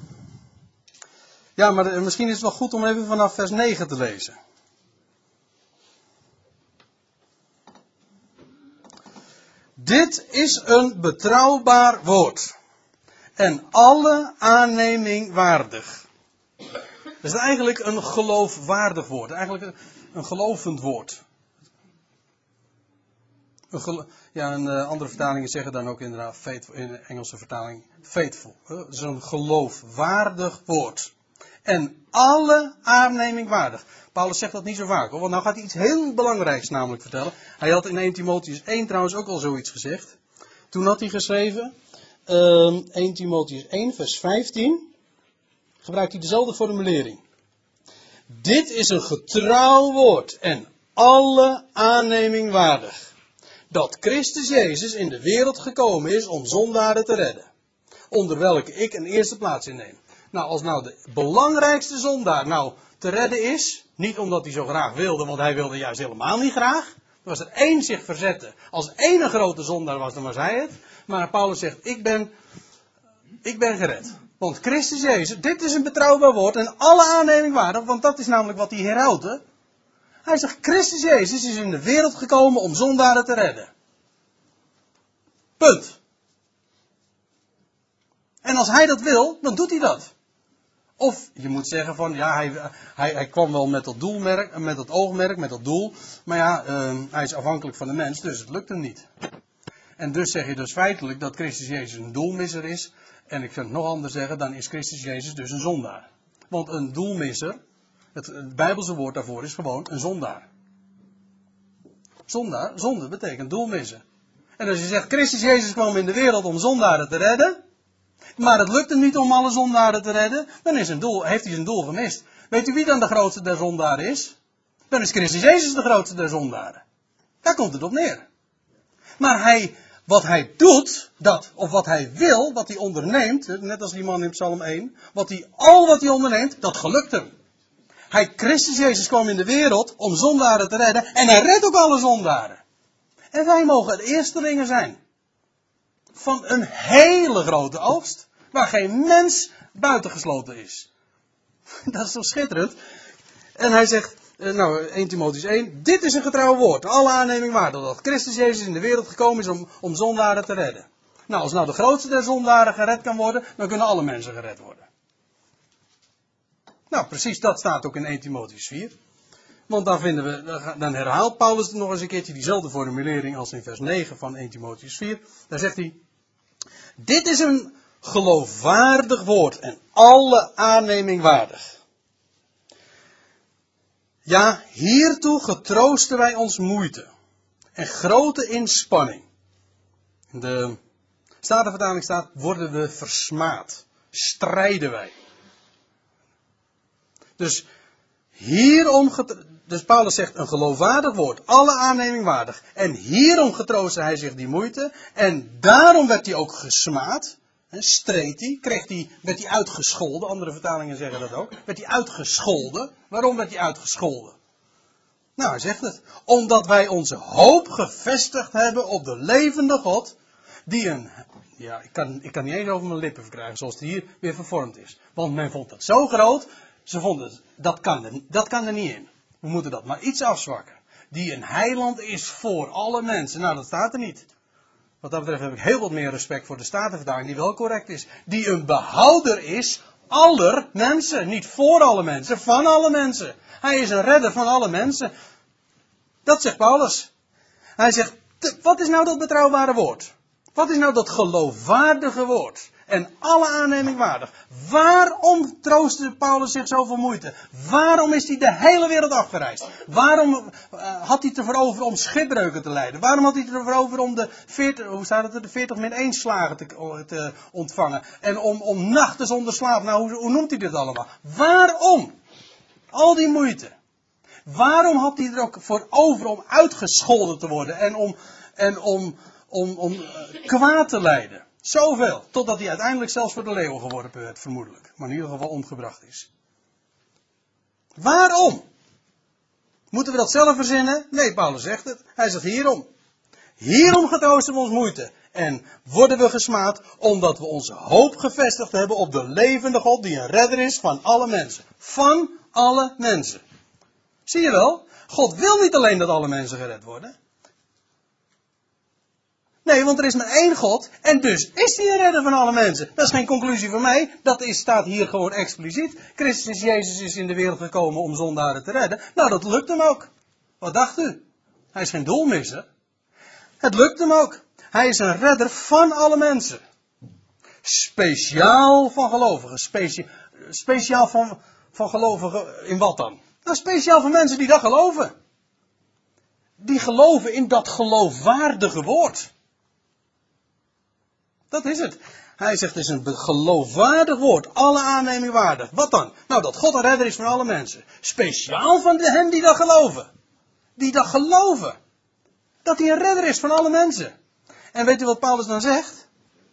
Ja, maar uh, misschien is het wel goed om even vanaf vers negen te lezen. Dit is een betrouwbaar woord. En alle aanneming waardig. Dat is eigenlijk een geloofwaardig woord. Eigenlijk een, een gelovend woord. Een gelo- ja, en uh, andere vertalingen zeggen dan ook inderdaad, faithful, in de Engelse vertaling, faithful. Het is een geloofwaardig woord. En alle aanneming waardig. Paulus zegt dat niet zo vaak hoor, want nou gaat hij iets heel belangrijks namelijk vertellen. Hij had in Eerste Timotheüs één trouwens ook al zoiets gezegd. Toen had hij geschreven, uh, Eerste Timotheüs één vers vijftien, gebruikt hij dezelfde formulering. Dit is een getrouw woord en alle aanneming waardig. Dat Christus Jezus in de wereld gekomen is om zondaren te redden. Onder welke ik een eerste plaats inneem. Nou, als nou de belangrijkste zondaar nou te redden is. Niet omdat hij zo graag wilde, want hij wilde juist helemaal niet graag. Er was er één zich verzette. Als één een grote zondaar was, dan was hij het. Maar Paulus zegt, ik ben, ik ben gered. Want Christus Jezus, dit is een betrouwbaar woord en alle aanneming waardig. Want dat is namelijk wat hij herhoudt. Hè? Hij zegt, Christus Jezus is in de wereld gekomen om zondaren te redden. Punt. En als hij dat wil, dan doet hij dat. Of je moet zeggen van, ja, hij, hij, hij kwam wel met dat doelmerk, met dat oogmerk, met dat doel. Maar ja, uh, hij is afhankelijk van de mens, dus het lukt hem niet. En dus zeg je dus feitelijk dat Christus Jezus een doelmisser is. En ik kan het nog anders zeggen, dan is Christus Jezus dus een zondaar. Want een doelmisser, het, het Bijbelse woord daarvoor is gewoon een zondaar. Zondaar, zonde betekent doelmissen. En als je zegt, Christus Jezus kwam in de wereld om zondaren te redden. Maar het lukt hem niet om alle zondaren te redden. Dan is een doel, heeft hij zijn doel gemist. Weet u wie dan de grootste der zondaren is? Dan is Christus Jezus de grootste der zondaren. Daar komt het op neer. Maar hij, wat hij doet, dat, of wat hij wil, wat hij onderneemt, net als die man in Psalm één, wat hij, al wat hij onderneemt, dat gelukt hem. Hij, Christus Jezus kwam in de wereld om zondaren te redden en hij redt ook alle zondaren. En wij mogen de eerstelingen zijn. Van een hele grote oogst, waar geen mens buitengesloten is. Dat is toch schitterend. En hij zegt, nou, Eerste Timotheüs één, dit is een getrouw woord, alle aanneming waardig, dat Christus Jezus in de wereld gekomen is om, om zondaren te redden. Nou, als nou de grootste der zondaren gered kan worden, dan kunnen alle mensen gered worden. Nou, precies dat staat ook in Eerste Timotheüs vier. Want dan vinden we, dan herhaalt Paulus nog eens een keertje diezelfde formulering als in vers negen van Eerste Timotheüs vier. Daar zegt hij, dit is een geloofwaardig woord en alle aanneming waardig. Ja, hiertoe getroosten wij ons moeite en grote inspanning. In de Statenvertaling staat, worden we versmaad, strijden wij. Dus hierom, dus Paulus zegt een geloofwaardig woord, alle aanneming waardig. En hierom getroostte hij zich die moeite. En daarom werd hij ook gesmaad. He, streed hij, kreeg hij, werd hij uitgescholden. Andere vertalingen zeggen dat ook. Werd hij uitgescholden. Waarom werd hij uitgescholden? Nou, hij zegt het. Omdat wij onze hoop gevestigd hebben op de levende God. Die een, ja, ik kan, ik kan niet eens over mijn lippen verkrijgen zoals het hier weer vervormd is. Want men vond dat zo groot. Ze vonden, dat kan, er, dat kan er niet in. We moeten dat maar iets afzwakken. Die een heiland is voor alle mensen. Nou, dat staat er niet. Wat dat betreft heb ik heel wat meer respect voor de Statenvertaling, die wel correct is. Die een behouder is aller mensen. Niet voor alle mensen, van alle mensen. Hij is een redder van alle mensen. Dat zegt Paulus. Hij zegt, wat is nou dat betrouwbare woord? Wat is nou dat geloofwaardige woord? En alle aanneming waardig. Waarom troostte Paulus zich zoveel moeite? Waarom is hij de hele wereld afgereisd? Waarom uh, had hij het ervoor over om schipbreuken te leiden? Waarom had hij het ervoor over om de veertig, hoe staat het er, de veertig min één slagen te, te ontvangen? En om, om nachten zonder slaap, nou hoe, hoe noemt hij dit allemaal? Waarom? Al die moeite. Waarom had hij er ook voor over om uitgescholden te worden en om, en om, om, om uh, kwaad te lijden? Zoveel, totdat hij uiteindelijk zelfs voor de leeuwen geworpen werd, vermoedelijk. Maar in ieder geval omgebracht is. Waarom? Moeten we dat zelf verzinnen? Nee, Paulus zegt het. Hij zegt hierom. Hierom getroosten we ons moeite. En worden we gesmaad, omdat we onze hoop gevestigd hebben op de levende God, die een redder is van alle mensen. Van alle mensen. Zie je wel? God wil niet alleen dat alle mensen gered worden. Nee, want er is maar één God en dus is hij een redder van alle mensen. Dat is geen conclusie van mij, dat is, staat hier gewoon expliciet. Christus Jezus is in de wereld gekomen om zondaren te redden. Nou, dat lukt hem ook. Wat dacht u? Hij is geen doelmisser. Het lukt hem ook. Hij is een redder van alle mensen. Speciaal van gelovigen. Specia- speciaal van, van gelovigen in wat dan? Nou, speciaal van mensen die dat geloven. Die geloven in dat geloofwaardige woord. Dat is het. Hij zegt het is een geloofwaardig woord. Alle aanneming waardig. Wat dan? Nou, dat God een redder is van alle mensen. Speciaal van de hen die dat geloven. Die dat geloven. Dat hij een redder is van alle mensen. En weet u wat Paulus dan zegt?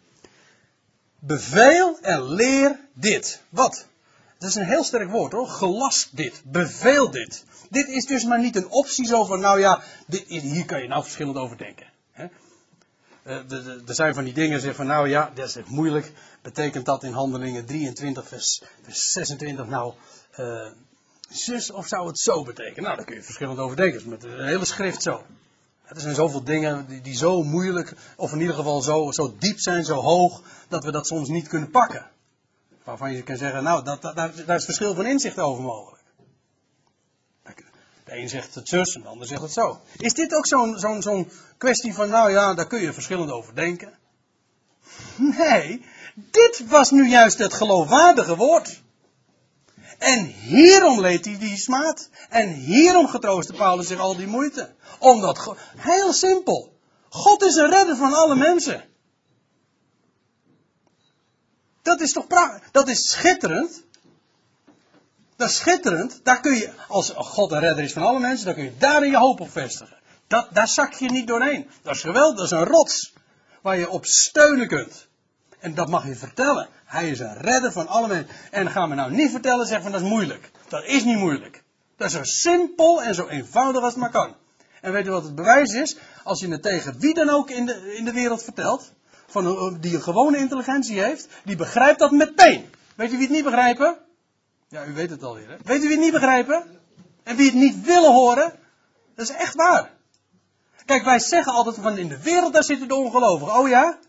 Beveel en leer dit. Wat? Dat is een heel sterk woord hoor. Gelast dit. Beveel dit. Dit is dus maar niet een optie zo van, nou ja, dit, hier kan je nou verschillend over denken. Hè? Er zijn van die dingen, zeggen van, nou ja, dat is echt moeilijk. Betekent dat in Handelingen drieëntwintig, vers, vers zesentwintig, nou, uh, zus, of zou het zo betekenen? Nou, daar kun je verschillend over denken. Met de hele schrift zo. Er zijn zoveel dingen die, die zo moeilijk, of in ieder geval zo, zo diep zijn, zo hoog, dat we dat soms niet kunnen pakken. Waarvan je kan zeggen, nou, dat, dat, daar is verschil van inzicht over mogelijk. De een zegt het zus en de ander zegt het zo. Is dit ook zo'n zo'n zo'n kwestie van, nou ja, daar kun je verschillend over denken? Nee, dit was nu juist het geloofwaardige woord. En hierom leed hij die smaad. En hierom getroostte Paulus zich al die moeite. Omdat, heel simpel, God is een redder van alle mensen. Dat is toch prachtig, dat is schitterend. Dat is schitterend. Daar kun je, als God een redder is van alle mensen, dan kun je daar je hoop op vestigen. Dat, daar zak je niet doorheen. Dat is geweldig, dat is een rots. Waar je op steunen kunt. En dat mag je vertellen. Hij is een redder van alle mensen. En dan gaan we nou niet vertellen, zeggen van dat is moeilijk. Dat is niet moeilijk. Dat is zo simpel en zo eenvoudig als het maar kan. En weet je wat het bewijs is? Als je het tegen wie dan ook in de, in de wereld vertelt, van, die een gewone intelligentie heeft, die begrijpt dat meteen. Weet je wie het niet begrijpen? Ja, u weet het alweer, hè? Weet u wie het niet begrijpen? En wie het niet willen horen? Dat is echt waar. Kijk, wij zeggen altijd van in de wereld, daar zitten de ongelovigen. Oh ja?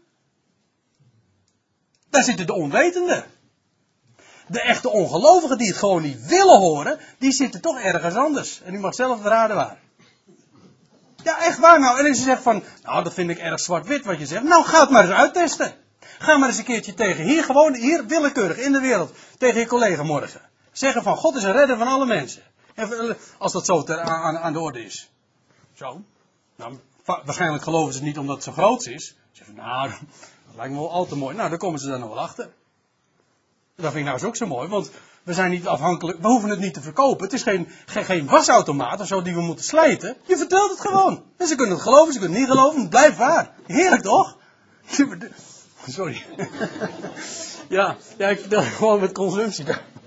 Daar zitten de onwetenden. De echte ongelovigen die het gewoon niet willen horen, die zitten toch ergens anders. En u mag zelf raden waar. Ja, echt waar nou. En als je zegt van, nou dat vind ik erg zwart-wit wat je zegt. Nou, ga het maar eens uittesten. Ga maar eens een keertje tegen hier, gewoon hier, willekeurig in de wereld, tegen je collega morgen. Zeggen van, God is een redder van alle mensen. En als dat zo ter, aan, aan de orde is. Zo. Nou, waarschijnlijk geloven ze het niet omdat het zo groot is. Zeggen, nou, dat lijkt me wel al te mooi. Nou, dan komen ze daar nog wel achter. Dat vind ik nou eens ook zo mooi, want we zijn niet afhankelijk, we hoeven het niet te verkopen. Het is geen, geen, geen wasautomaat of zo die we moeten slijten. Je vertelt het gewoon. En ze kunnen het geloven, ze kunnen het niet geloven, het blijft waar. Heerlijk toch? Sorry. Ja, ja, ik vertel het gewoon met consumptie.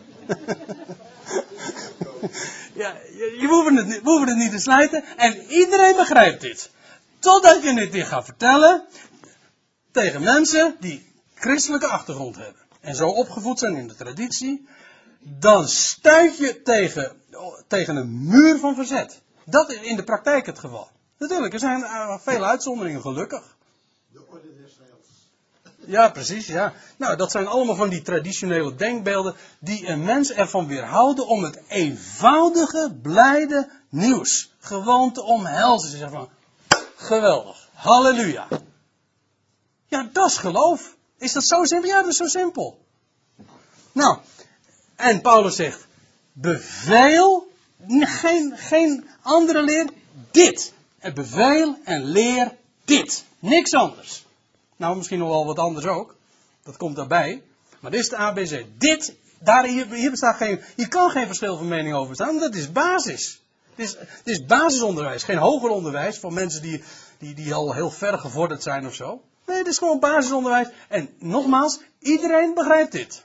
Ja, je, je hoeft het, we hoeven het niet te slijten. En iedereen begrijpt dit. Totdat je dit weer gaat vertellen tegen mensen die christelijke achtergrond hebben. En zo opgevoed zijn in de traditie. Dan stuit je tegen, tegen een muur van verzet. Dat is in de praktijk het geval. Natuurlijk, er zijn uh, vele uitzonderingen gelukkig. De orde des heils. Ja, precies, ja. Nou, dat zijn allemaal van die traditionele denkbeelden die een mens ervan weerhouden om het eenvoudige, blijde nieuws gewoon te omhelzen. Ze zeggen van, geweldig, halleluja. Ja, dat is geloof. Is dat zo simpel? Ja, dat is zo simpel. Nou, en Paulus zegt, beveel, geen, geen andere leer, dit. En beveel en leer dit. Niks anders. Nou, misschien nog wel wat anders ook. Dat komt daarbij. Maar dit is de A B C. Dit, daar, hier, hier bestaat geen, hier kan geen verschil van mening over staan. Dat is basis. Het is, het is basisonderwijs, geen hoger onderwijs voor mensen die, die, die al heel ver gevorderd zijn of zo. Nee, het is gewoon basisonderwijs. En nogmaals, iedereen begrijpt dit.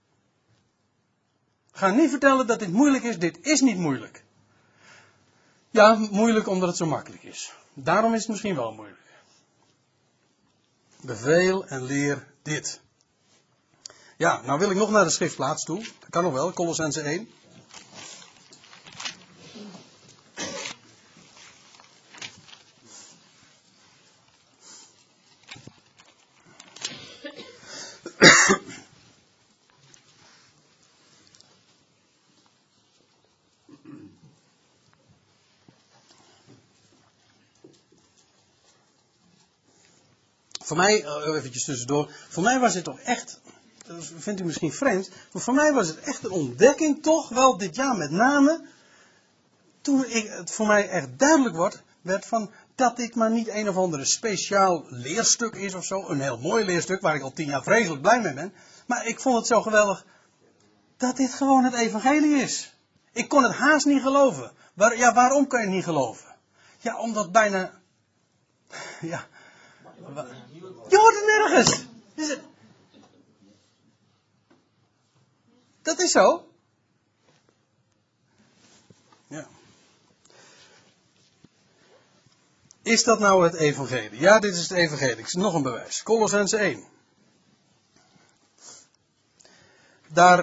Ga niet vertellen dat dit moeilijk is. Dit is niet moeilijk. Ja, moeilijk omdat het zo makkelijk is. Daarom is het misschien wel moeilijk. Beveel en leer dit. Ja, nou wil ik nog naar de schriftplaats toe. Dat kan nog wel, Kolossenzen één. Voor mij, eventjes tussendoor, voor mij was dit toch echt, dat vindt u misschien vreemd, maar voor mij was het echt een ontdekking, toch wel dit jaar met name, toen ik, het voor mij echt duidelijk wordt, werd van, dat dit maar niet een of andere speciaal leerstuk is of zo. Een heel mooi leerstuk waar ik al tien jaar vreselijk blij mee ben. Maar ik vond het zo geweldig dat dit gewoon het evangelie is. Ik kon het haast niet geloven. Waar, ja, waarom kan je het niet geloven? Ja, omdat bijna... Ja, je hoort het nergens. Is het... Dat is zo. Ja. Is dat nou het evangelie? Ja, dit is het evangelie. Nog een bewijs. Kolossenzen één. Daar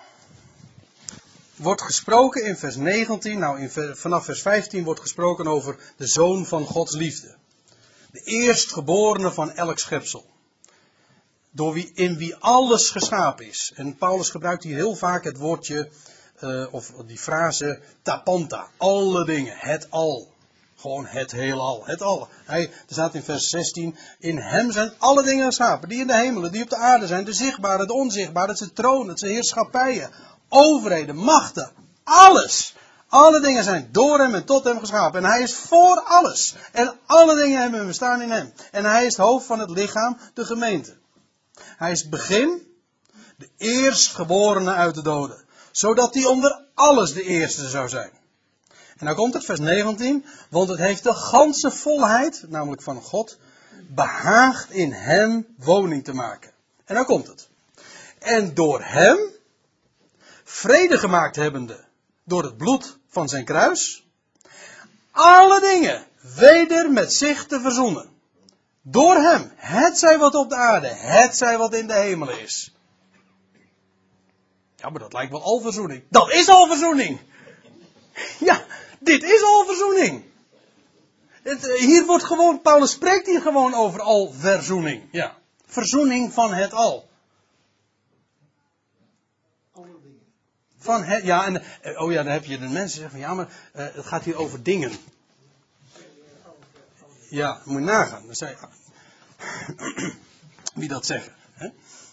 wordt gesproken in vers negentien, nou in, vanaf vers vijftien wordt gesproken over de Zoon van Gods liefde. De eerstgeborene van elk schepsel. Door wie, in wie alles geschapen is. En Paulus gebruikt hier heel vaak het woordje, uh, of die frase, tapanta. Alle dingen, het al. Gewoon het heelal, het al. Hij, er staat in vers zestien, in hem zijn alle dingen geschapen. Die in de hemelen, die op de aarde zijn. De zichtbare, de onzichtbare, het zijn tronen, het zijn heerschappijen. Overheden, machten, alles. Alle dingen zijn door hem en tot hem geschapen. En hij is voor alles. En alle dingen hebben bestaan in hem. En hij is het hoofd van het lichaam, de gemeente. Hij is het begin, de eerstgeborene uit de doden. Zodat hij onder alles de eerste zou zijn. En nou komt het, vers negentien. Want het heeft de ganse volheid, namelijk van God, behaagd in hem woning te maken. En nou komt het. En door hem, vrede gemaakt hebbende, door het bloed van zijn kruis, alle dingen weder met zich te verzoenen. Door hem, het zij wat op de aarde, het zij wat in de hemelen is. Ja, maar dat lijkt wel al verzoening. Dat is al verzoening! Ja, dit is al verzoening. Het, hier wordt gewoon, Paulus spreekt hier gewoon over al verzoening. Ja, verzoening van het al. Van het, ja, en, oh ja, dan heb je de mensen zeggen van ja, maar uh, het gaat hier over dingen. Ja, moet je nagaan. Dan zei, wie dat zeggen. Hè?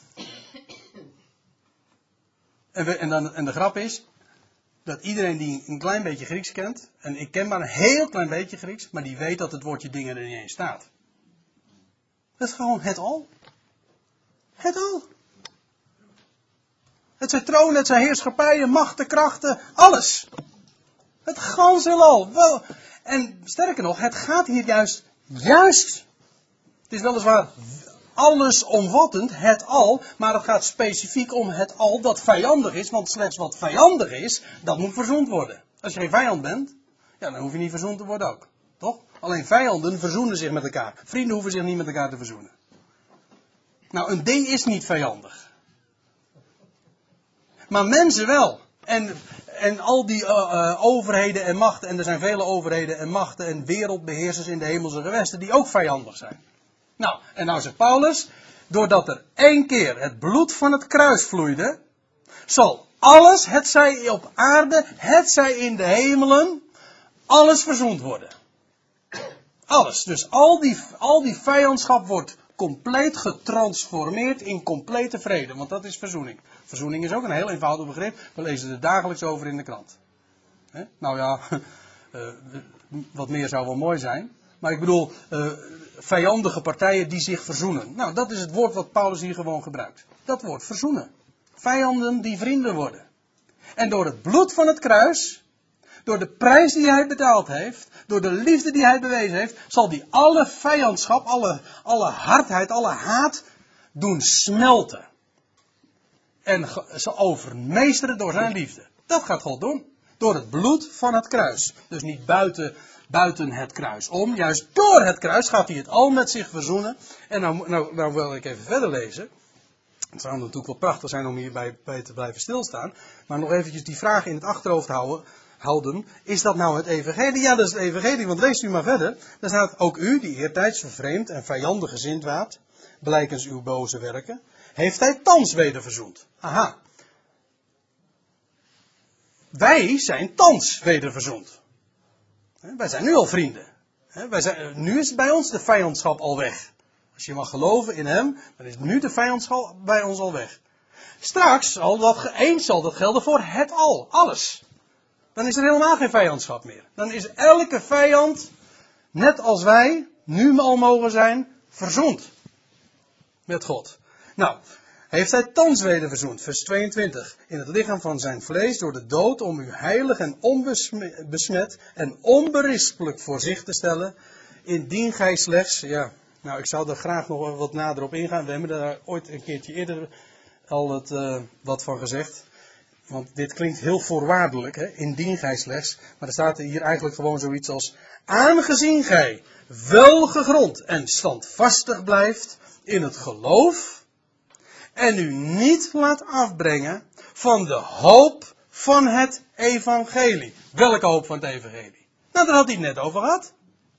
En, we, en, dan, en de grap is dat iedereen die een klein beetje Grieks kent, en ik ken maar een heel klein beetje Grieks, maar die weet dat het woordje dingen er niet eens staat. Dat is gewoon het al. Het al. Het zijn tronen, het zijn heerschappijen, machten, krachten, alles. Het ganse al. Wel. En sterker nog, het gaat hier juist, juist, het is weliswaar allesomvattend, het al, maar het gaat specifiek om het al dat vijandig is, want slechts wat vijandig is, dat moet verzoend worden. Als je geen vijand bent, ja, dan hoef je niet verzoend te worden ook. Toch? Alleen vijanden verzoenen zich met elkaar. Vrienden hoeven zich niet met elkaar te verzoenen. Nou, een ding is niet vijandig. Maar mensen wel. En, en al die uh, uh, overheden en machten, en er zijn vele overheden en machten en wereldbeheersers in de hemelse gewesten die ook vijandig zijn. Nou, en nou zegt Paulus, doordat er één keer het bloed van het kruis vloeide, zal alles, het zij op aarde, het zij in de hemelen, alles verzoend worden. Alles. Dus al die, al die vijandschap wordt compleet getransformeerd in complete vrede. Want dat is verzoening. Verzoening is ook een heel eenvoudig begrip. We lezen er dagelijks over in de krant. He? Nou ja, uh, wat meer zou wel mooi zijn. Maar ik bedoel, uh, vijandige partijen die zich verzoenen. Nou, dat is het woord wat Paulus hier gewoon gebruikt. Dat woord, verzoenen. Vijanden die vrienden worden. En door het bloed van het kruis, door de prijs die hij betaald heeft, door de liefde die hij bewezen heeft, zal hij alle vijandschap, alle, alle hardheid, alle haat doen smelten. En ze overmeesteren door zijn liefde. Dat gaat God doen. Door het bloed van het kruis. Dus niet buiten, buiten het kruis om. Juist door het kruis gaat hij het al met zich verzoenen. En nou, nou, nou wil ik even verder lezen. Het zou natuurlijk wel prachtig zijn om hierbij bij te blijven stilstaan. Maar nog eventjes die vraag in het achterhoofd houden. houden. Is dat nou het evangelie? Ja, dat is het evangelie. Want leest u maar verder. Daar staat ook u, die eertijds vervreemd en vijandig gezind waart, blijkens uw boze werken, heeft hij thans weder verzoend. Aha. Wij zijn thans weder verzoend. Wij zijn nu al vrienden. Wij zijn, nu is bij ons de vijandschap al weg. Als je mag geloven in hem, dan is nu de vijandschap bij ons al weg. Straks zal dat, eens zal dat gelden voor het al, alles. Dan is er helemaal geen vijandschap meer. Dan is elke vijand net als wij nu al mogen zijn verzoend met God. Nou, heeft hij thans weder verzoend, vers tweeëntwintig, in het lichaam van zijn vlees door de dood om u heilig en onbesmet en onberispelijk voor zich te stellen, indien gij slechts, ja, nou ik zou er graag nog wat nader op ingaan, we hebben daar ooit een keertje eerder al het, uh, wat van gezegd, want dit klinkt heel voorwaardelijk, hè? Indien gij slechts, maar er staat hier eigenlijk gewoon zoiets als, aangezien gij welgegrond en standvastig blijft in het geloof, en u niet laat afbrengen van de hoop van het evangelie. Welke hoop van het evangelie? Nou, daar had hij het net over gehad.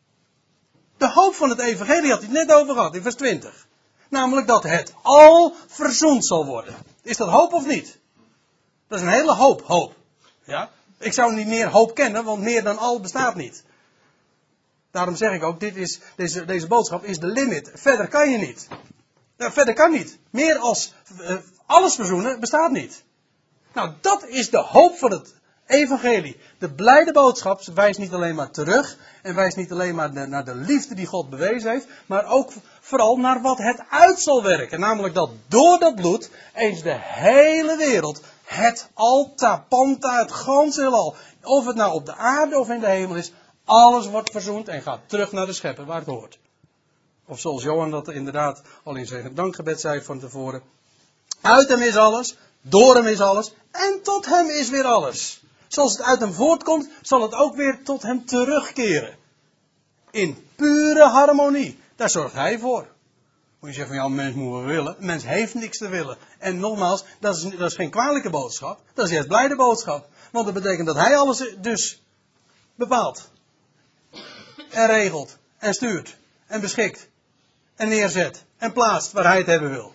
De hoop van het evangelie had hij het net over gehad, in vers twintig. Namelijk dat het al verzoend zal worden. Is dat hoop of niet? Dat is een hele hoop hoop. Ja? Ik zou niet meer hoop kennen, want meer dan al bestaat niet. Daarom zeg ik ook, dit is, deze, deze boodschap is de limit. Verder kan je niet. Nou, verder kan niet. Meer als uh, alles verzoenen bestaat niet. Nou, dat is de hoop van het evangelie. De blijde boodschap wijst niet alleen maar terug. En wijst niet alleen maar de, naar de liefde die God bewezen heeft. Maar ook vooral naar wat het uit zal werken. Namelijk dat door dat bloed eens de hele wereld, het alta, panta, het ganse heelal, of het nou op de aarde of in de hemel is, alles wordt verzoend en gaat terug naar de schepper waar het hoort. Of zoals Johan dat inderdaad al in zijn dankgebed zei van tevoren. Uit hem is alles, door hem is alles en tot hem is weer alles. Zoals het uit hem voortkomt, zal het ook weer tot hem terugkeren. In pure harmonie. Daar zorgt hij voor. Moet je zeggen van ja, een mens moet wel willen. Een mens heeft niks te willen. En nogmaals, dat is, dat is geen kwalijke boodschap. Dat is juist blijde boodschap. Want dat betekent dat hij alles dus bepaalt. En regelt. En stuurt. En beschikt. En neerzet. En plaatst waar hij het hebben wil.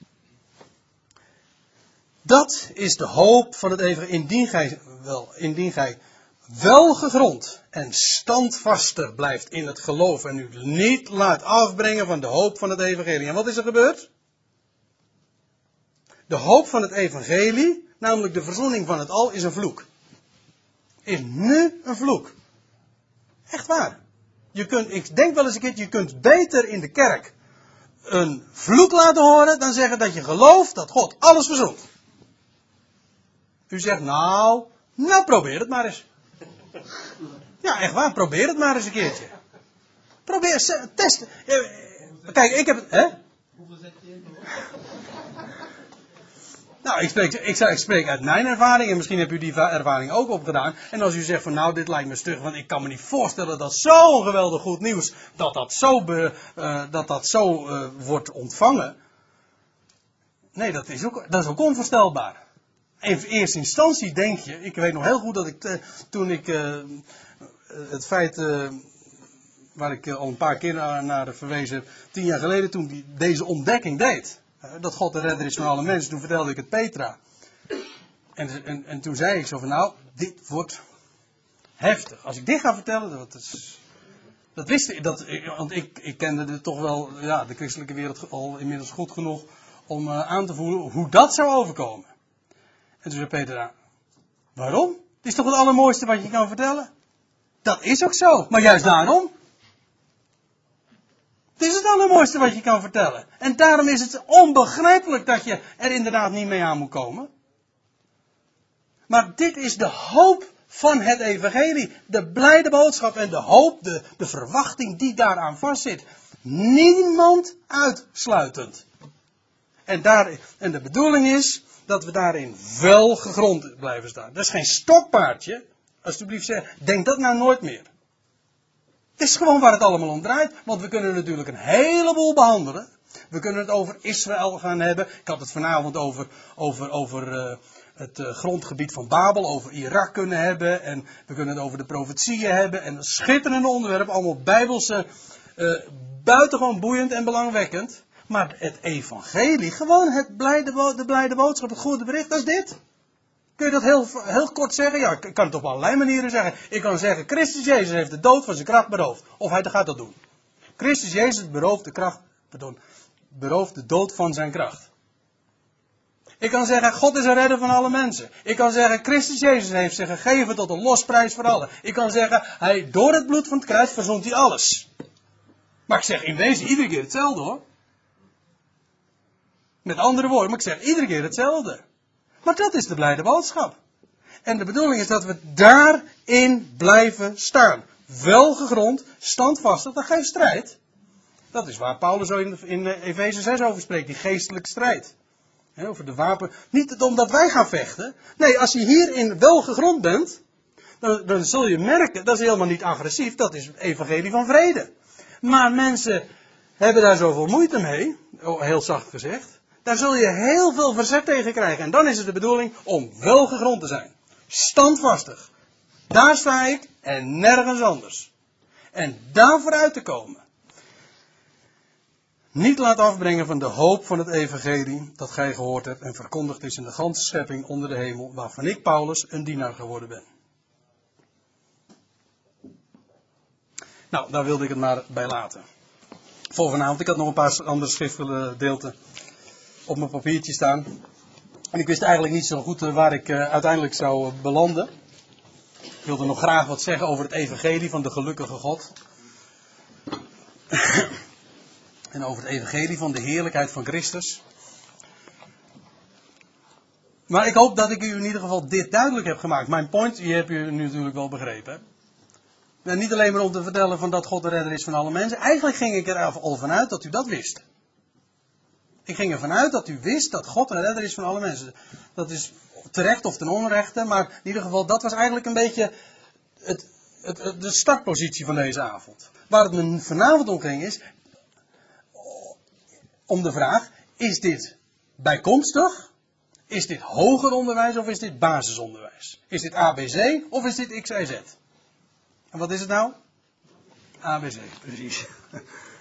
Dat is de hoop van het eeuwige. Indien gij wel, indien gij wel gegrond en standvastig blijft in het geloof en u niet laat afbrengen van de hoop van het evangelie. En wat is er gebeurd? De hoop van het evangelie, namelijk de verzoening van het al, is een vloek. Is nu een vloek. Echt waar. Je kunt, ik denk wel eens een keertje, je kunt beter in de kerk een vloek laten horen dan zeggen dat je gelooft dat God alles verzoent. U zegt, nou, nou probeer het maar eens. Ja, echt waar, probeer het maar eens een keertje. Probeer, test. Kijk, ik heb het, hè? Hoeveel zet je in? Nou, ik spreek, ik, ik spreek uit mijn ervaring en misschien hebt u die ervaring ook opgedaan. En als u zegt van nou, dit lijkt me stug, want ik kan me niet voorstellen dat zo'n geweldig goed nieuws, dat dat zo, be, uh, dat dat zo uh, wordt ontvangen. Nee, dat is ook, dat is ook onvoorstelbaar. In eerste instantie denk je, ik weet nog heel goed dat ik uh, toen ik uh, het feit uh, waar ik uh, al een paar keer naar, naar verwezen heb, tien jaar geleden toen die, deze ontdekking deed. Uh, dat God de redder is van alle mensen, toen vertelde ik het Petra. En, en, en toen zei ik zo van nou, dit wordt heftig. Als ik dit ga vertellen, dat is... Dat wist ik, dat, want ik, ik kende de, toch wel ja, de christelijke wereld al inmiddels goed genoeg om uh, aan te voelen hoe dat zou overkomen. En toen zei Petra, waarom? Het is toch het allermooiste wat je kan vertellen? Dat is ook zo, maar juist daarom. Het is het allermooiste wat je kan vertellen. En daarom is het onbegrijpelijk dat je er inderdaad niet mee aan moet komen. Maar dit is de hoop van het evangelie. De blijde boodschap en de hoop, de, de verwachting die daaraan vastzit. Niemand uitsluitend. En, daar, en de bedoeling is dat we daarin wel gegrond blijven staan. Dat is geen stokpaardje. Alsjeblieft zeg, denk dat nou nooit meer. Het is gewoon waar het allemaal om draait. Want we kunnen natuurlijk een heleboel behandelen. We kunnen het over Israël gaan hebben. Ik had het vanavond over, over, over uh, het uh, grondgebied van Babel. Over Irak kunnen hebben. En we kunnen het over de profetieën hebben. En een schitterende onderwerp. Allemaal bijbelse. Uh, buitengewoon boeiend en belangwekkend. Maar het evangelie. Gewoon het blijde, de blijde boodschap. Het goede bericht. Dat is dit. Kun je dat heel, heel kort zeggen? Ja, ik kan het op allerlei manieren zeggen. Ik kan zeggen, Christus Jezus heeft de dood van zijn kracht beroofd. Of hij gaat dat doen. Christus Jezus berooft de kracht, pardon, berooft de dood van zijn kracht. Ik kan zeggen, God is een redder van alle mensen. Ik kan zeggen, Christus Jezus heeft zich gegeven tot een losprijs voor allen. Ik kan zeggen, hij, door het bloed van het kruis verzoent hij alles. Maar ik zeg in wezen iedere keer hetzelfde hoor. Met andere woorden, maar ik zeg iedere keer hetzelfde. Maar dat is de blijde boodschap. En de bedoeling is dat we daarin blijven staan. Welgegrond, standvastig, dat geeft strijd. Dat is waar Paulus zo in, in Efeze zes over spreekt, die geestelijke strijd. He, over de wapen. Niet omdat wij gaan vechten. Nee, als je hierin welgegrond bent, dan, dan zul je merken, dat is helemaal niet agressief, dat is het evangelie van vrede. Maar mensen hebben daar zoveel moeite mee, heel zacht gezegd. Daar zul je heel veel verzet tegen krijgen. En dan is het de bedoeling om welgegrond te zijn. Standvastig. Daar sta ik en nergens anders. En daar vooruit te komen. Niet laat afbrengen van de hoop van het evangelie dat gij gehoord hebt en verkondigd is in de ganse schepping onder de hemel, waarvan ik, Paulus, een dienaar geworden ben. Nou, daar wilde ik het maar bij laten. Voor vanavond, ik had nog een paar andere schriftgedeelten op mijn papiertje staan. En ik wist eigenlijk niet zo goed waar ik uh, uiteindelijk zou belanden. Ik wilde nog graag wat zeggen over het evangelie van de gelukkige God. En over het evangelie van de heerlijkheid van Christus. Maar ik hoop dat ik u in ieder geval dit duidelijk heb gemaakt. Mijn point, die heb u nu natuurlijk wel begrepen. Hè? En niet alleen maar om te vertellen van dat God de redder is van alle mensen. Eigenlijk ging ik er al vanuit dat u dat wist. Ik ging ervan uit dat u wist dat God de redder is van alle mensen. Dat is terecht of ten onrechte, maar in ieder geval dat was eigenlijk een beetje het, het, het, de startpositie van deze avond. Waar het me vanavond om ging is om de vraag, is dit bijkomstig? Is dit hoger onderwijs of is dit basisonderwijs? Is dit A B C of is dit X Y Z? En wat is het nou? A B C, precies.